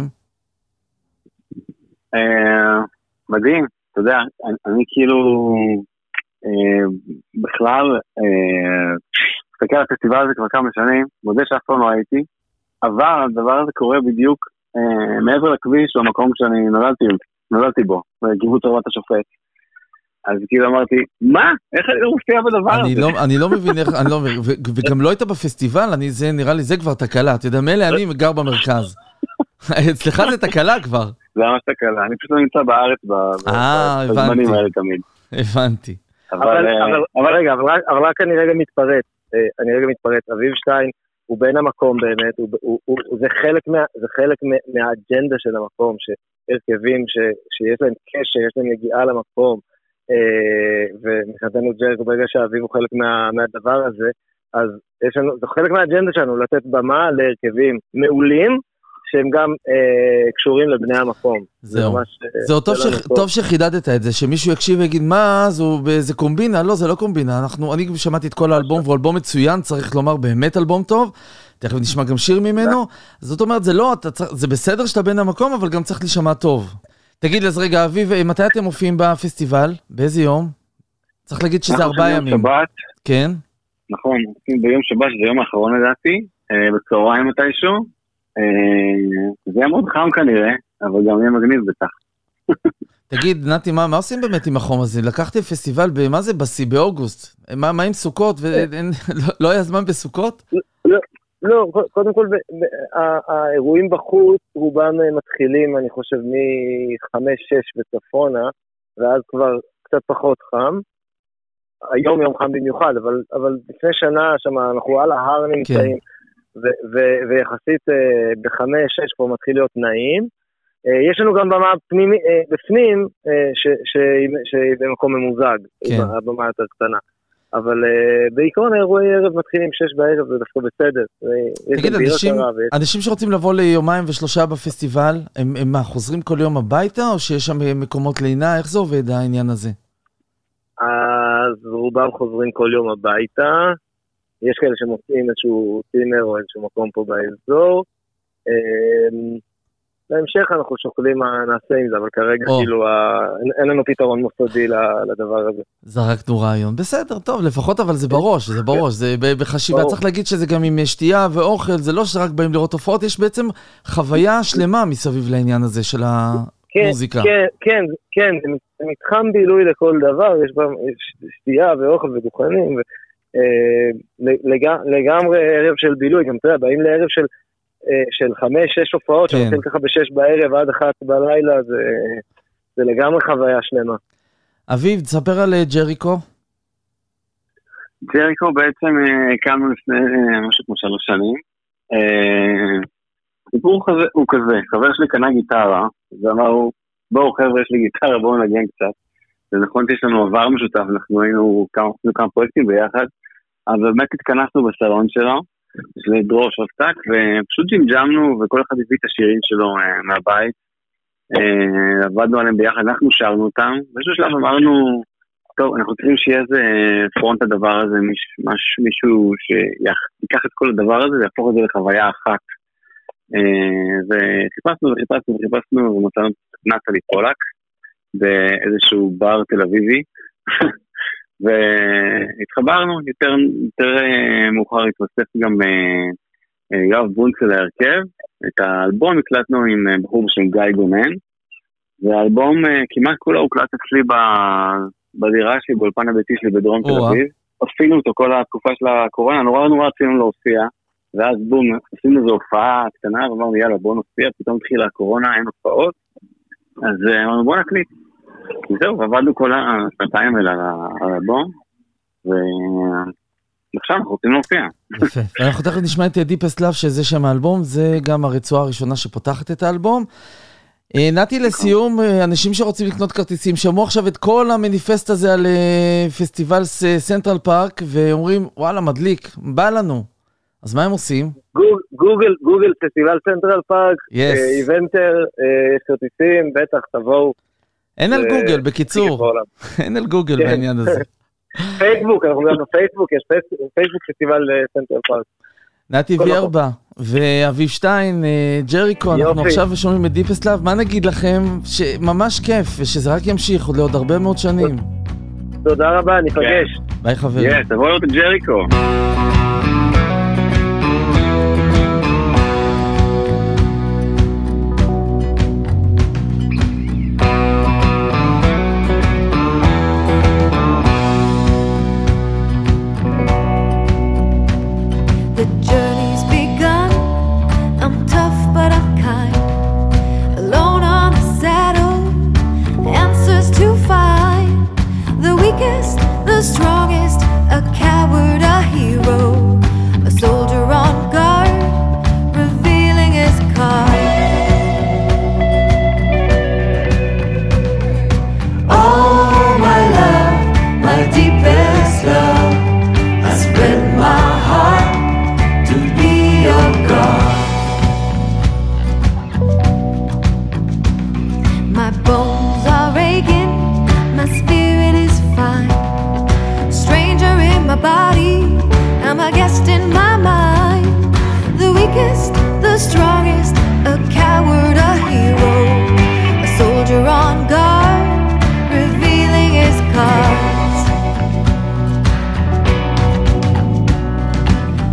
Uh, מדהים, אתה יודע, אני, אני כאילו uh, בכלל מסתכל uh, על הפסטיבל הזה כבר כמה שנים, מודה שאף פעם לא הייתי, אבל הדבר הזה קורה בדיוק מעבר לכביש, במקום שאני נולדתי, נולדתי בו, בקיבוץ עורבת השופט. אז כאילו אמרתי, מה? איך אני לא מופיע בדבר הזה? לא, אני לא מבין איך, אני לא מבין, וגם לא היית בפסטיבל, אני, זה, נראה לי, זה כבר תקלה. אתה יודע, מלא, אני גר במרכז. אצלך זה תקלה כבר. זה ממש תקלה, אני פשוט לא נמצא בארץ בזמנים האלה תמיד. הבנתי. אבל רגע, אבל רק אני רגע מתפרץ, אני רגע מתפרץ, אביב שטיין, הוא בין המקום באמת, הוא, הוא, הוא, זה חלק, מה, זה חלק מה, מהאג'נדה של המקום, שהרכבים ש, שיש להם קשר, יש להם נגיעה למקום, אה, ומחדנו ג'ריקו, ברגע שהאביב הוא חלק מה, מהדבר הזה, אז יש לנו, זה חלק מהאג'נדה שלנו, לתת במה להרכבים מעולים, שהם גם אה, קשורים לבני המקום. זהו. זה ממש, זהו, טוב, ש... טוב שחידדת את זה, שמישהו יקשיב ויגיד, מה, זו באיזה קומבינה? לא, זה לא קומבינה. אנחנו, אני שמעתי את כל האלבום, והוא אלבום מצוין, צריך לומר, באמת אלבום טוב. תכף נשמע גם שיר ממנו. זאת אומרת, זה לא, אתה, זה בסדר שאתה בין המקום, אבל גם צריך לשמע טוב. תגיד, אז רגע, אביב, מתי אתם מופיעים בפסטיבל? באיזה יום? צריך להגיד שזה ארבעה ימים. שבת. כן. נכון, ביום שבת, זה יום האחרון לדעתי, בצהריים מתישהו. זה יהיה מאוד חם כנראה, אבל גם יהיה מגניב בטח. תגיד, נתי, מה, מה עושים באמת עם החום הזה? לקחתם פסטיבל, מה זה בסי, באוגוסט? מה, מה עם סוכות? ולא היה זמן בסוכות? לא, לא, קודם כל, האירועים בחוץ, רובם מתחילים, אני חושב, מ-חמש שש וצפונה, ואז כבר קצת פחות חם. היום יום חם במיוחד, אבל, אבל לפני שנה, שמה, אנחנו על ההר נמצאים, כן. ו- ו- ויחסית בחמש שש כבר מתחיל להיות נעים. יש לנו גם במה פנימי, בפנים, שהיא במקום ממוזג, כן. הבמה יותר קטנה. אבל uh, בעיקרון האירועי ערב מתחילים שש בערב, זה דווקא בסדר. תגיד, אנשים, אנשים שרוצים לבוא ליומיים ושלושה בפסטיבל, הם, הם מה, חוזרים כל יום הביתה, או שיש שם מקומות לינה? איך זה עובד העניין הזה? אז רובם חוזרים כל יום הביתה, יש כאלה שמוצאים איזשהו טינר או איזשהו מקום פה באזור, בהמשך אנחנו שוקלים מה נעשה עם זה, אבל כרגע oh. כאילו אין לנו פתרון מוסדי לדבר הזה. זרקנו רעיון. בסדר, טוב, לפחות אבל זה בראש, זה בראש, זה בחשיבה. ברור. צריך להגיד שזה גם עם שתייה ואוכל, זה לא שרק באים לראות הופעות, יש בעצם חוויה שלמה מסביב לעניין הזה של המוזיקה. כן, כן, כן, זה מתחם בילוי לכל דבר, יש בה שתייה ואוכל ודוכנים, לגמרי ערב של בילוי, גם תראה, באים לערב של של חמש, שש הופעות, כן. שעושים ככה בשש בערב עד אחת בלילה, זה, זה לגמרי חוויה שלמה. אביב, תספר על ג'ריקו. ג'ריקו בעצם הקמנו לפני משהו כמו שלוש שנים. הסיפור הוא כזה, חבר שלי קנה גיטרה, ואמרו, בואו חבר'ה, יש לי גיטרה, בואו נגן קצת. זה נכון שיש לנו עבר משותף, אנחנו היינו כמה, כמה פרויקטים ביחד, אבל באמת התכנסנו בסלון שלו, של דרוש אבטק, ופשוט ג'ימג'מנו, וכל אחד הביא את השירים שלו uh, מהבית, uh, עבדנו עליהם ביחד, אנחנו שרנו אותם, באיזשהו שלב אמרנו, טוב, אנחנו צריכים שיהיה איזה פרונט הדבר הזה, מיש, מש, מישהו שיקח את כל הדבר הזה, ויהפוך את זה לחוויה אחת. Uh, וחיפשנו וחיפשנו וחיפשנו, ומצאנו את נטלי פולק, באיזשהו בר תל אביבי, והתחברנו, יותר, יותר מאוחר התווסף גם יואב בונצל להרכב, את האלבום הקלטנו עם בחור בשם גיא גונן, והאלבום כמעט כולה הוקלט אצלי בדירה שלי, באולפן הביתי שלי בדרום תל אביב, עשינו אותו כל התקופה של הקורונה, נורא נורא רצינו להופיע, ואז בום, עשינו איזו הופעה קטנה, ואמרנו יאללה בוא נופיע, פתאום התחילה הקורונה, אין הופעות, אז אמרנו בוא נקליט. וזהו, ועבדנו כל השנתיים האלה על האלבום, ועכשיו אנחנו רוצים להופיע. יפה. אנחנו תכף נשמע את דיפסט לאב, שזה שם האלבום, זה גם הרצועה הראשונה שפותחת את האלבום. נעתי לסיום, אנשים שרוצים לקנות כרטיסים, שמעו עכשיו את כל המניפסט הזה על פסטיבל סנטרל פארק, ואומרים, וואלה, מדליק, בא לנו. אז מה הם עושים? גוגל, גוגל, פסטיבל סנטרל פארק, איבנטר, יש כרטיסים, בטח, תבואו. אין על גוגל, בקיצור. אין על גוגל בעניין הזה. פייסבוק, אנחנו גם בפייסבוק, יש פייסבוק פסטיבל סנטרל פארק. נתי וירבה ואביב שטיין, ג'ריקו, אנחנו עכשיו שומעים את דיפסט לאב. מה נגיד לכם? שממש כיף, ושזה רק ימשיך עוד לעוד הרבה מאוד שנים. תודה רבה, ניפגש. ביי חברים. תבואו לראות את ג'ריקו. Strongest, a coward, a hero, a soldier on guard, revealing his card. Oh, my love, my deepest love, I spread my heart to be your God. My bones are aching, my spirit is fine. My body, I'm a guest in my mind. The weakest, the strongest, a coward, a hero, a soldier on guard, revealing his cards.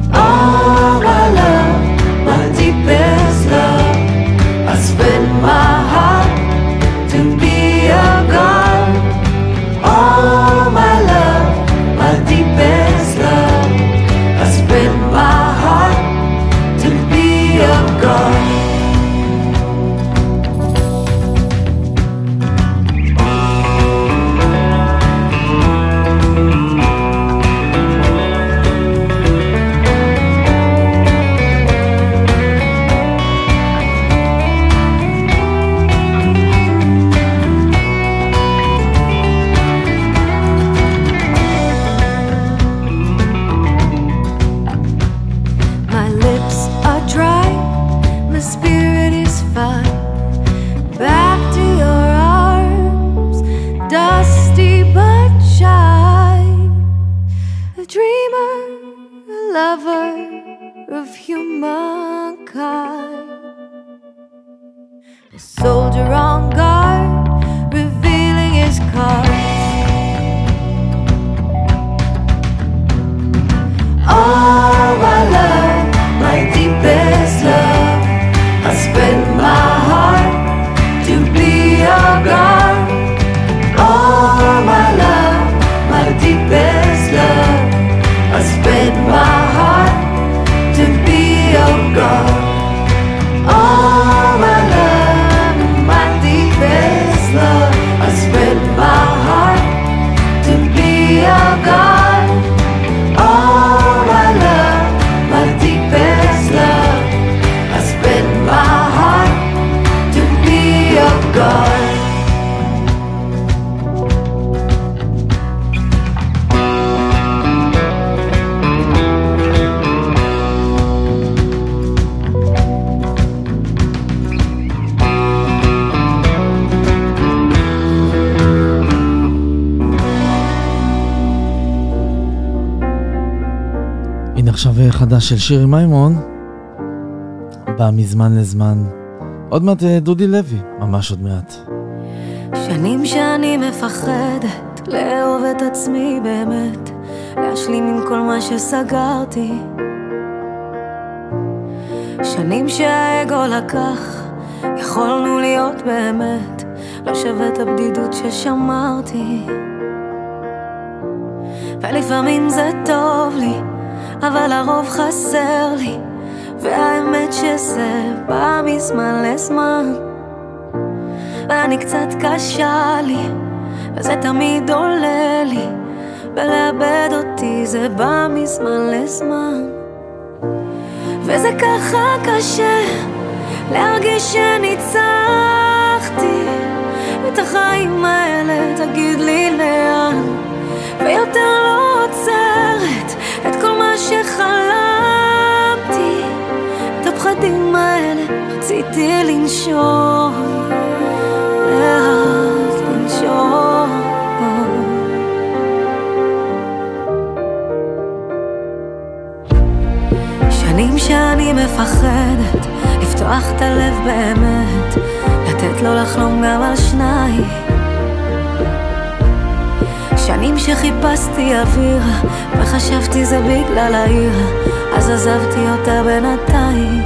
lover of humankind, a soldier on guard, revealing his cards. All my love, my deepest love, I spread my heart to be your guard. All my love, my deepest love, I spread my heart to be your guard. All my love, my deepest love, I spread my heart to be your guard. All my love, my deepest love, I spread my heart to be your guard. עכשיו חדש של שירי מימון, בא מזמן לזמן. עוד מעט דודי לוי, ממש עוד מעט. שנים שאני מפחדת לאהוב את עצמי באמת, להשלים עם כל מה שסגרתי. שנים שהאגו לקח, יכולנו להיות באמת, לא שווה את הבדידות ששמרתי. ולפעמים זה טוב לי, אבל הרוב חסר לי, והאמת שזה בא מזמן לזמן, ואני קצת קשה לי, וזה תמיד עולה לי, ולאבד אותי זה בא מזמן לזמן. וזה ככה קשה להרגיש שניצחתי את החיים האלה, תגיד לי לאן, ויותר לא עוצרת את כל מה שחלמתי, את הפחדים האלה רציתי לנשום, לאט לנשום. שנים שאני מפחדת לפתוח את הלב באמת, לתת לו לחלום גם על שניים. שנים שחיפשתי אוויר וחשבתי זה בגלל העיר, אז עזבתי אותה בינתיים.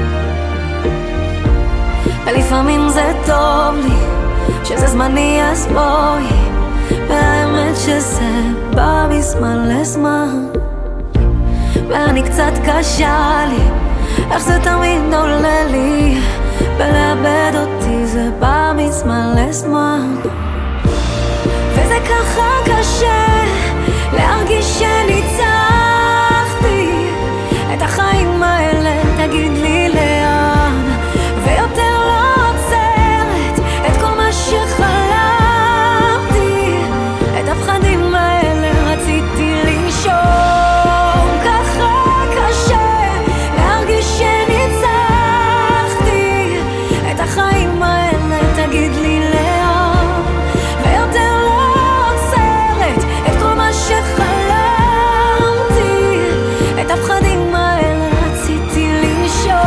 ולפעמים זה טוב לי שזה זמני, אז בואי, והאמת שזה בא מזמן לזמן, ואני קצת קשה לי, איך זה תמיד עולה לי, ולאבד אותי זה בא מזמן לזמן. וזה ככה קשה להרגיש שניצחתי את החיים האלה, תגיד לי לאן, ויותר לא עוצרת את כל מה שחלמתי, את הפחדים האלה רציתי לנשום. ככה קשה להרגיש שניצחתי את החיים האלה, תגיד לי לאן, ויותר שחלמתי, את הפחדים האלה רציתי לנשום,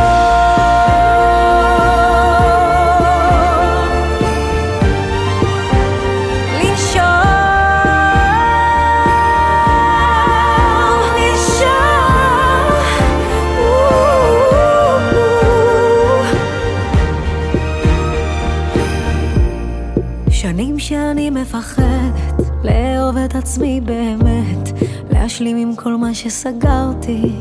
לנשום, לנשום. שנים שאני מפחדת לאהוב את עצמי באמת, להשלים עם כל מה שסגרתי.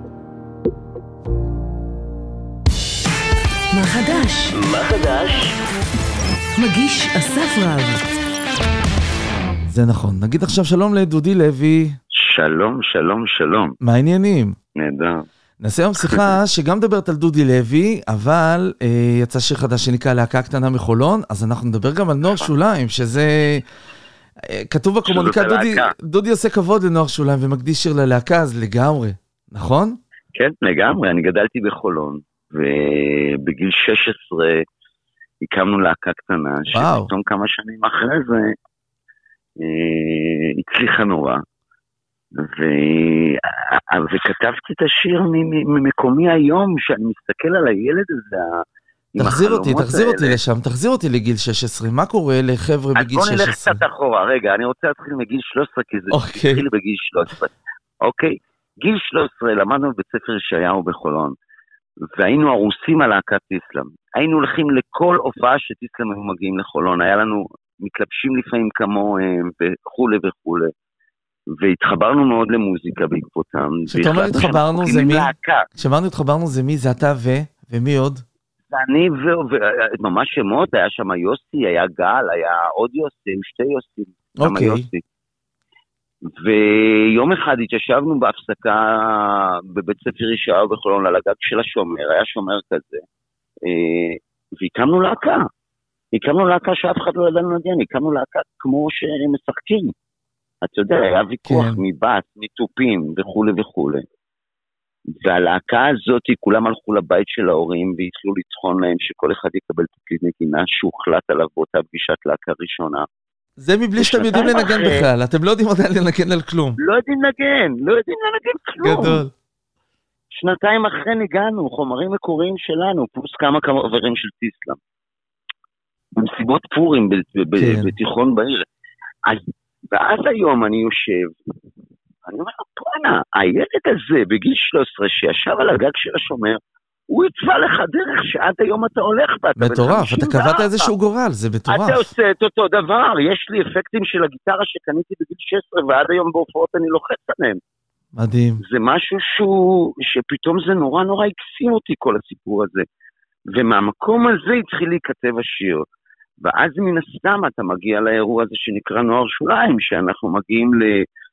מה חדש? מה חדש? מגיש אסף רב. זה נכון. נגיד עכשיו שלום לדודי לוי. שלום, שלום, שלום. מה העניינים? נהדר. נעשה היום שיחה שגם מדברת על דודי לוי, אבל אה, יצא שיר חדש שנקרא להקה קטנה מחולון, אז אנחנו נדבר גם על נוער שוליים, שזה אה, כתוב בקומוניקה, דודי, דודי עושה כבוד לנוער שוליים ומקדיש שיר ללהקה, אז לגמרי, נכון? כן, לגמרי. אני גדלתי בחולון, ובגיל שש עשרה הקמנו להקה קטנה, וואו. שפתאום כמה שנים אחרי זה אה, הצליחה נורא. וכתבתי את השיר ממקומי היום, שאני מסתכל על הילד הזה, תחזיר אותי, תחזיר אותי לשם, תחזיר אותי לגיל שש עשרה, מה קורה לחבר'ה בגיל שש עשרה? אז בוא נלך קצת אחורה, רגע, אני רוצה להתחיל מגיל שלוש עשרה, כי זה התחיל בגיל שלוש עשרה. אוקיי, גיל שלוש עשרה למדנו בבית ספר ישעיהו בחולון, והיינו ערוסים על להקת איסלאם. היינו הולכים לכל הופעה שטיסלאם היו מגיעים לחולון, היה לנו מתלבשים לפעמים כמוהם וכו' וכו'. והתחברנו מאוד למוזיקה בעקבותם. כשאתה אומר התחברנו זה מי? כשאמרנו התחברנו זה מי? זה אתה ו? ומי עוד? אני וממש שמות, היה שם יוסי, היה גל, היה עוד יוסי, שתי יוסי. אוקיי. ויום אחד התיישבנו בהפסקה בבית ספר ישעיהו בחולון על הגג של השומר, היה שומר כזה, והקמנו להקה. הקמנו להקה שאף אחד לא ידענו לנגן, הקמנו להקה כמו שהם משחקים. אתה יודע, היה ויכוח מבט, מטופים וכו' וכו'. והלהקה הזאת, כולם הלכו לבית של ההורים והתחילו לטחון להם שכל אחד יקבל תקליט נגינה שהוחלט עליו באותה פגישת להקה ראשונה. זה מבלי שאתם יודעים לנגן בכלל, אתם לא יודעים עוד לנגן על כלום. לא יודעים לנגן, לא יודעים לנגן כלום. גדול. שנתיים אחרי ניגענו, חומרים מקוריים שלנו, פלוס כמה כמה עברים של טיסלאם. במסיבות פורים בתיכון בעיר. ואז היום אני יושב, אני אומר, פואנה, הילד הזה בגיל שלוש עשרה שישב על הגג של השומר, הוא יצא לך דרך שעד היום אתה הולך בה. מטורף, אתה קבעת איזשהו גורל, זה מטורף. אתה עושה את אותו דבר, יש לי אפקטים של הגיטרה שקניתי בגיל שש עשרה, ועד היום בהופעות אני לוחץ עליהם. מדהים. זה משהו שהוא, שפתאום זה נורא נורא הקסים אותי כל הסיפור הזה. ומהמקום הזה התחיל להיכתב השיר. ואז מן הסתם אתה מגיע לאירוע הזה שנקרא נוער שוליים, שאנחנו מגיעים ל...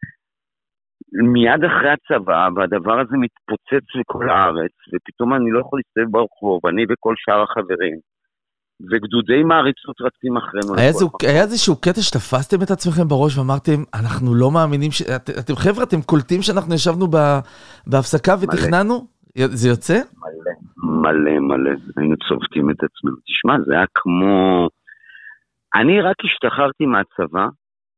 מיד אחרי הצבא, והדבר הזה מתפוצץ בכל הארץ, ופתאום אני לא יכול להסתובב ברחוב, אני וכל שאר החברים, וגדודי מעריצות רצים אחרינו. היה, זו, היה איזשהו קטע שתפסתם את עצמכם בראש ואמרתם, אנחנו לא מאמינים, ש... את, אתם חבר'ה, אתם קולטים שאנחנו ישבנו ב... בהפסקה ותכננו? מלא. זה יוצא? מלא, מלא, מלא. היינו צובטים את עצמנו. תשמע, זה היה כמו... אני רק השתחררתי מהצבא,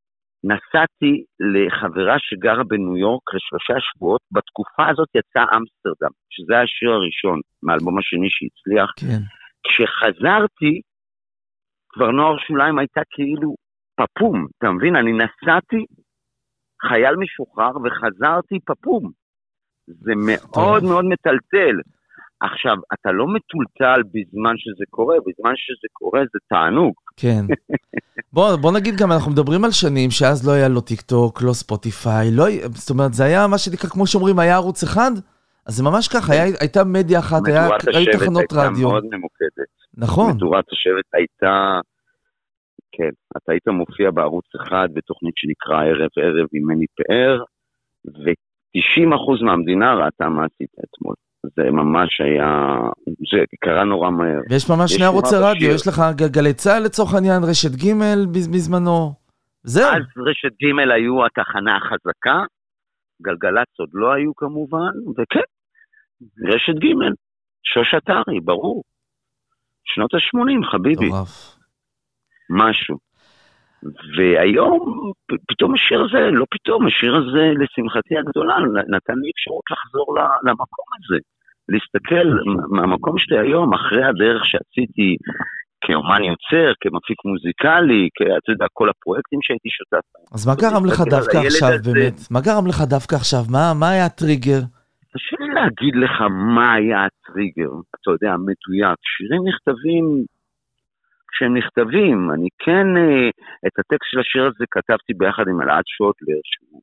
נסעתי לחברה שגרה בניו יורק לשלושה שבועות, בתקופה הזאת יצא אמסטרדם, שזה היה השיר הראשון, מהאלבום השני שהצליח. כן. כשחזרתי, כבר נוער שוליים הייתה כאילו פפום, אתה מבין? אני נסעתי חייל משוחרר וחזרתי פפום. זה מאוד מאוד מטלטל. עכשיו, אתה לא מטולטל בזמן שזה קורה, בזמן שזה קורה זה תענוג. כן. בוא, בוא נגיד גם, אנחנו מדברים על שנים שאז לא היה לו טיק טוק, לא ספוטיפיי, לא, זאת אומרת, זה היה מה שנקרא, כמו שאומרים, היה ערוץ אחד, אז זה ממש ככה, היה, הייתה מדיה אחת, היה, היו תחנות רדיו. הייתה מאוד ממוקדת. נכון. מדורת השבט הייתה, כן, אתה היית מופיע בערוץ אחד, בתוכנית שנקרא ערב ערב עם מני פאר, ו-תשעים אחוז מהמדינה ראתה מה עשית אתמול. זה ממש היה, זה קרה נורא מהר. ויש ממש שני ערוצי רדיו, יש לך גלי צהל לצורך העניין, רשת ג' בזמנו, זהו. אז רשת ג' היו התחנה החזקה, גלגלצ עוד לא היו כמובן, וכן, רשת ג', שוש אתרי, ברור. שנות ה-שמונים, חביבי. טורף. משהו. והיום, פתאום השיר הזה, לא פתאום, השיר הזה, לשמחתי הגדולה, נתן לי אפשרות לחזור למקום הזה, להסתכל מהמקום שלי היום, אחרי הדרך שעשיתי כאומן יוצר, כמפיק מוזיקלי, אתה יודע, כל הפרויקטים שהייתי שותף. אז מה גרם לך דווקא עכשיו, באמת? מה גרם לך דווקא עכשיו? מה היה הטריגר? קשה לי להגיד לך מה היה הטריגר, אתה יודע, מדויק. שירים נכתבים, כשהם נכתבים, אני כן, את הטקסט של השיר הזה כתבתי ביחד עם אלעד שוטלר, שהוא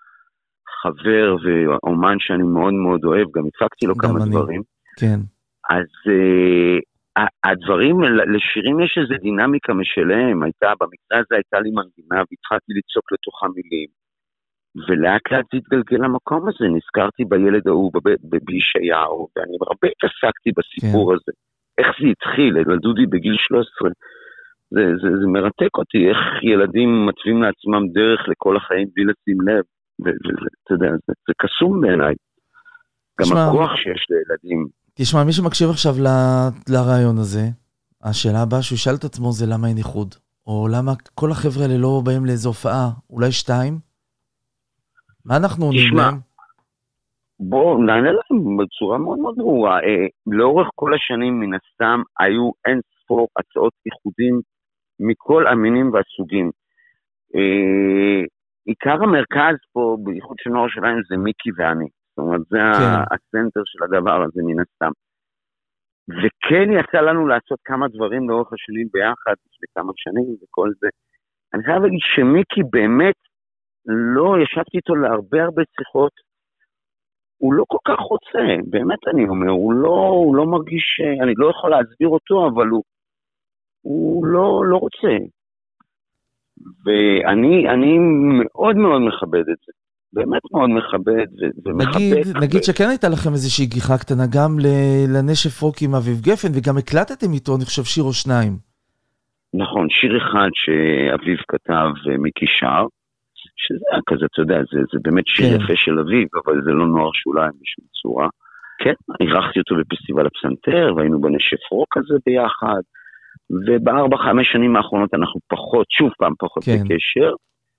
חבר ואומן שאני מאוד מאוד אוהב, גם הפקתי לו כמה אני. דברים. כן. אז uh, הדברים, לשירים יש איזו דינמיקה משלהם, הייתה, במקרה הזה הייתה לי מנגינה, והתחלתי לצוק לתוכה מילים, ולאט לאט התגלגל למקום הזה, נזכרתי בילד ההוא, בישעיהו, ואני הרבה התעסקתי בסיפור כן. הזה. איך זה התחיל, לדודי בגיל שלוש עשרה, זה, זה, זה מרתק אותי, איך ילדים מתווים לעצמם דרך לכל החיים בלי לשים לב, ואתה יודע, זה, זה קסום בעיניי. גם תשמע, הכוח שיש לילדים. תשמע, מי שמקשיב עכשיו ל, לרעיון הזה, השאלה הבאה שהוא ישאל את עצמו זה למה אין איחוד, או למה כל החבר'ה האלה לא באים לאיזו הופעה, אולי שתיים? מה אנחנו עונים להם? בואו נענה להם בצורה מאוד מאוד ברורה. אה, לאורך כל השנים מן הסתם היו אין ספור הצעות איחודים מכל המינים והסוגים. אה, עיקר המרכז פה בייחוד של נוער שלהם זה מיקי ואני. זאת אומרת, זה כן. הסנטר של הדבר הזה מן הסתם. וכן יצא לנו לעשות כמה דברים לאורך השנים ביחד, לפני כמה שנים וכל זה. אני חייב להגיד שמיקי באמת לא, ישבתי איתו להרבה הרבה שיחות, הוא לא כל כך רוצה, באמת אני אומר, הוא לא, הוא לא מרגיש, אני לא יכול להסביר אותו, אבל הוא, הוא לא, לא רוצה. ואני, אני מאוד מאוד מכבד את זה. באמת מאוד מכבד ומחבק. נגיד, נגיד שכן הייתה לכם איזושהי גיחה קטנה גם לנשף רוק עם אביב גפן, וגם הקלטתם איתו, אני חושב, שיר או שניים. נכון, שיר אחד שאביב כתב מיקי שר, שזה היה כזה, אתה יודע, זה, זה באמת שיר כן. יפה של אביב, אבל זה לא נוער שוליים בשום צורה. כן, אירחתי אותו בפסטיבל הפסנתר, והיינו בנשף רוק הזה ביחד, ובארבע, חמש שנים האחרונות אנחנו פחות, שוב פעם פחות כן. בקשר,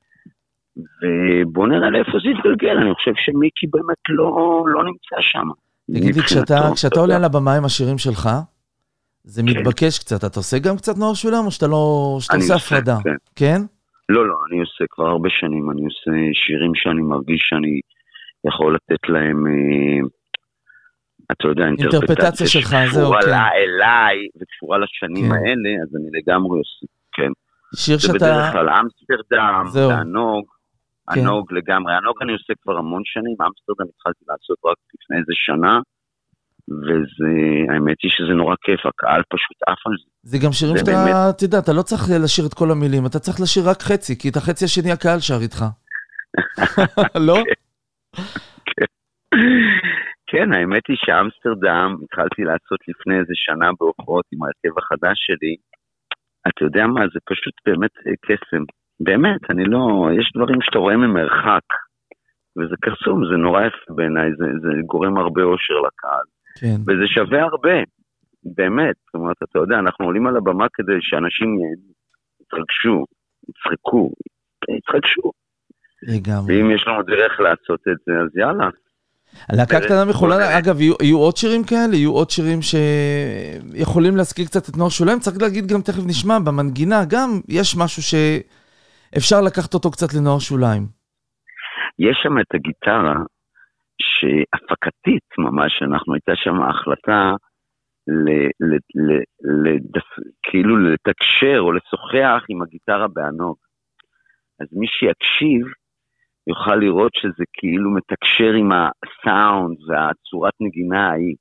ובוא נראה לאיפה זה יתגלגל, אני חושב שמיקי באמת לא, לא נמצא שם. תגיד לי, כשאתה, כשאתה עולה על הבמה עם השירים שלך, זה כן. מתבקש קצת, אתה עושה גם קצת נוער שולם, או שאתה לא, שאתה עושה הפרדה? כן. כן? לא, לא, אני עושה כבר הרבה שנים, אני עושה שירים שאני מרגיש שאני יכול לתת להם, אתה יודע, אינטרפטציה שלך, זהו, כן. שקשורה אליי, וקשורה לשנים כן. האלה, אז אני לגמרי עושה, כן. שיר זה שאתה... בדרך כלל אמסטרדם, והנוג, הנוג לגמרי, הנוג אני עושה כבר המון שנים, אמסטרדם התחלתי לעשות רק לפני איזה שנה, וזה, האמת היא שזה נורא כיף, הקהל פשוט עף על זה. זה גם שירים שאתה, באמת... אתה יודע, אתה לא צריך לשיר את כל המילים, אתה צריך לשיר רק חצי, כי את החצי השני הקהל שר איתך. לא? כן. כן, האמת היא שאמסטרדם התחלתי לעשות לפני איזה שנה בהופעות עם הרכב החדש שלי, אתה יודע מה, זה פשוט באמת קסם. באמת, אני לא, יש דברים שאתה רואה ממרחק, וזה קסום, זה נורא יפה בעיניי, זה, זה גורם הרבה אושר לקהל. כן. וזה שווה הרבה, באמת. זאת אומרת, אתה יודע, אנחנו עולים על הבמה כדי שאנשים יתרגשו, יצחקו, יתרגשו. לגמרי. ואם יש לנו דרך לעשות את זה, אז יאללה. הלהקה קטנה מחולה, אגב, יהיו, יהיו עוד שירים כאלה, יהיו עוד שירים שיכולים להזכיר קצת את נוער שולם, צריך להגיד גם, תכף נשמע, במנגינה גם יש משהו שאפשר לקחת אותו קצת לנוער שוליים. יש שם את הגיטרה, שהפקתית ממש, אנחנו הייתה שם ההחלטה, ל, ל, ל, לדף, כאילו לתקשר או לשוחח עם הגיטרה בענוג. אז מי שיקשיב, יוכל לראות שזה כאילו מתקשר עם הסאונד והצורת נגינה ההיא.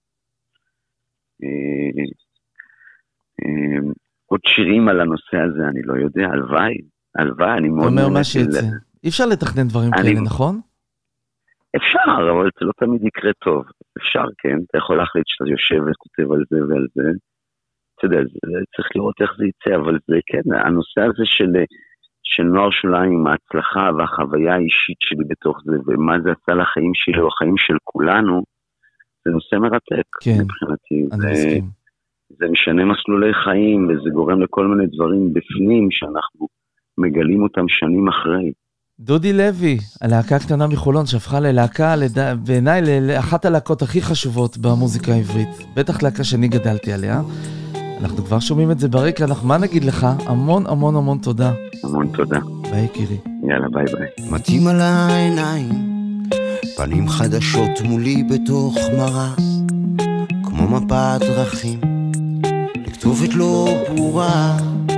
עוד שירים על הנושא הזה, אני לא יודע, הלוואי, הלוואי, אני מאוד... אומר מה שיצא. אי אפשר לתכנן דברים כאלה, נכון? אפשר, אבל זה לא תמיד יקרה טוב. אפשר, כן, אתה יכול להחליט שאתה יושב וכותב על זה ועל זה. אתה יודע, צריך לראות איך זה יצא, אבל זה, כן, הנושא הזה של... של נוער שוליים עם ההצלחה והחוויה האישית שלי בתוך זה, ומה זה עשה לחיים שלי או החיים של כולנו, זה נושא מרתק. כן, מבחינתי. אני זה, מסכים. זה משנה מסלולי חיים, וזה גורם לכל מיני דברים בפנים, שאנחנו מגלים אותם שנים אחרי. דודי לוי, הלהקה הקטנה מחולון, שהפכה ללהקה, בעיניי, לאחת הלהקות הכי חשובות במוזיקה העברית. בטח להקה שאני גדלתי עליה. אנחנו כבר שומעים את זה ברקע, אנחנו מה נגיד לך? המון המון המון תודה. המון תודה. ביי קירי. יאללה ביי ביי. מתאים על העיניים, פנים חדשות מולי בתוך מראה, כמו מפת דרכים, לכתובת לא ברורה.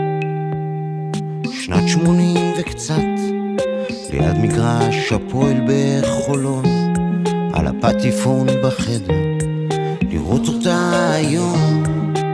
שנת שמונים וקצת, ליד מגרש הפועל בחולון, על הפטיפון בחדר, לראות אותה היום.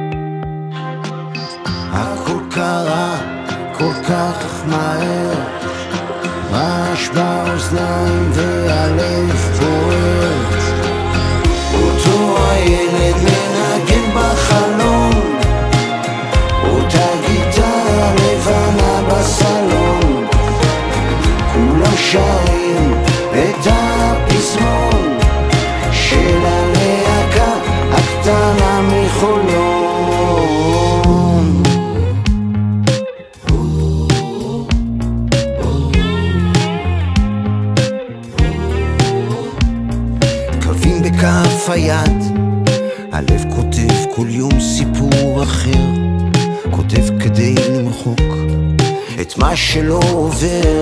הכל קרה כל כך מהר, רעש באוזניים והלב בוער. אותו הילד מנגן בחלום, אותה גיטרה לבנה בסלון, כולם שרים את הפזמון של הלהקה הקטנה מחולון. בכף היד, הלב כותב כל יום סיפור אחר, כותב כדי למחוק את מה שלא עובר.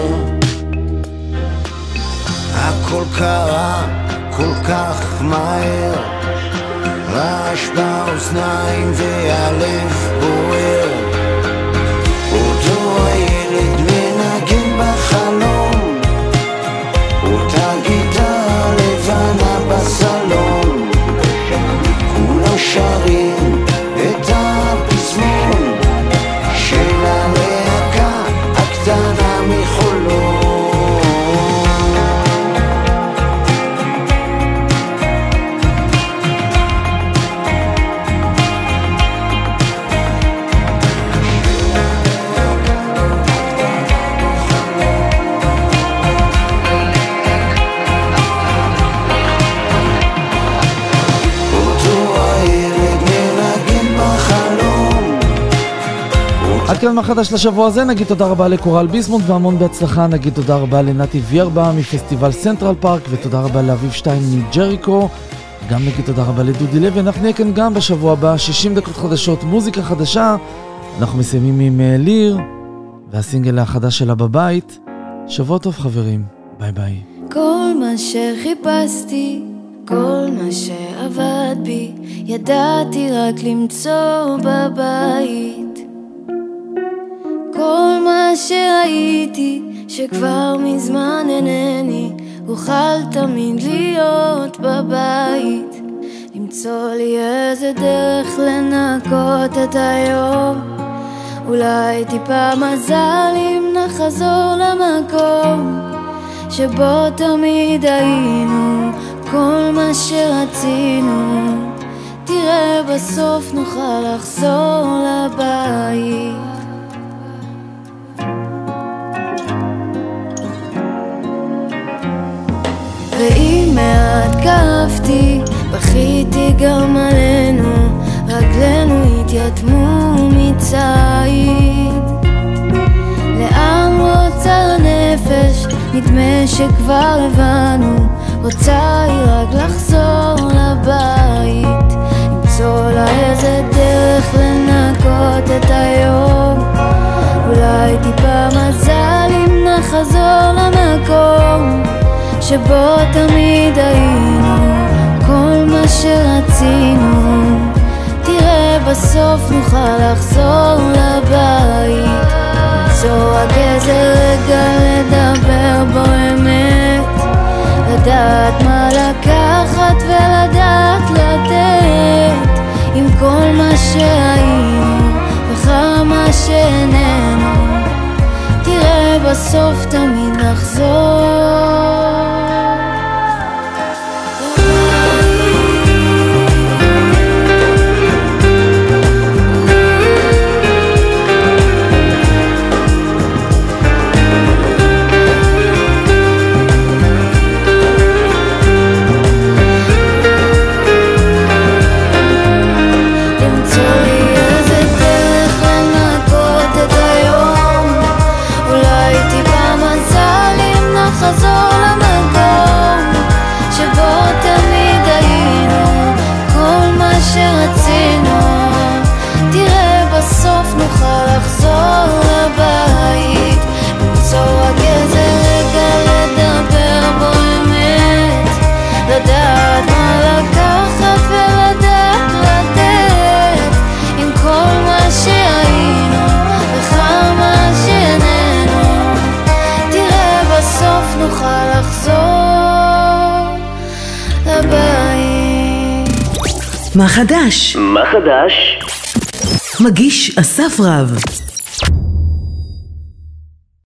הכל קרה כל כך מהר, רעש באוזניים והלב בוער, אותו הילד מנגן בחלום, אותה גיטרה לבנה בסלון, כולם שרים את הפזמון של הלהקה הקטנה מחולון. עד כאן מחדש לשבוע הזה, נגיד תודה רבה לקורל ביסמונט והמון בהצלחה, נגיד תודה רבה לנתי וירבה מפסטיבל סנטרל פארק ותודה רבה לאביב שטיין מג'ריקו, גם נגיד תודה רבה לדודי לוי. אנחנו נהיה כאן גם בשבוע הבא, שישים דקות חדשות, מוזיקה חדשה. אנחנו מסיימים עם ליר והסינגל החדש שלה בבית. שבוע טוב חברים, ביי ביי. כל מה שחיפשתי, כל מה שעבד בי, ידעתי רק למצוא בבית. כל מה שראיתי שכבר מזמן אינני, אוכל תמיד להיות בבית, למצוא לי איזה דרך לנקות את היום, אולי טיפה מזל אם נחזור למקום שבו תמיד היינו, כל מה שרצינו, תראה בסוף נוכל לחזור לבית. ואם מעט כאבתי, בכיתי גם עלינו, רגלינו התייתמו מצעיד. לאן רוצה הנפש, נדמה שכבר הבנו, רוצה היא רק לחזור לבית, למצוא לה איזה דרך לנקות את היום, אולי טיפה מזל אם נחזור למקום שבו תמיד היינו, כל מה שרצינו, תראה בסוף נוכל לחזור לבית, למצוא רק איזה רגע לדבר בו אמת, לדעת מה לקחת ולדעת לתת, עם כל מה שהיינו וכמה שאיננו, תראה בסוף תמיד נחזור. חזור למקום שבו תמיד היינו, כל מה שרצינו, תראה בסוף נוכל לחזור לבית, למצוא רק איזה רגע לדבר בו אמת, לדעת מה לקחת ולדעת לתת, עם כל מה שהיינו וכמה שאיננו, בסוף נוכל לחזור לבית. מה חדש? מה חדש? מגיש אסף רב.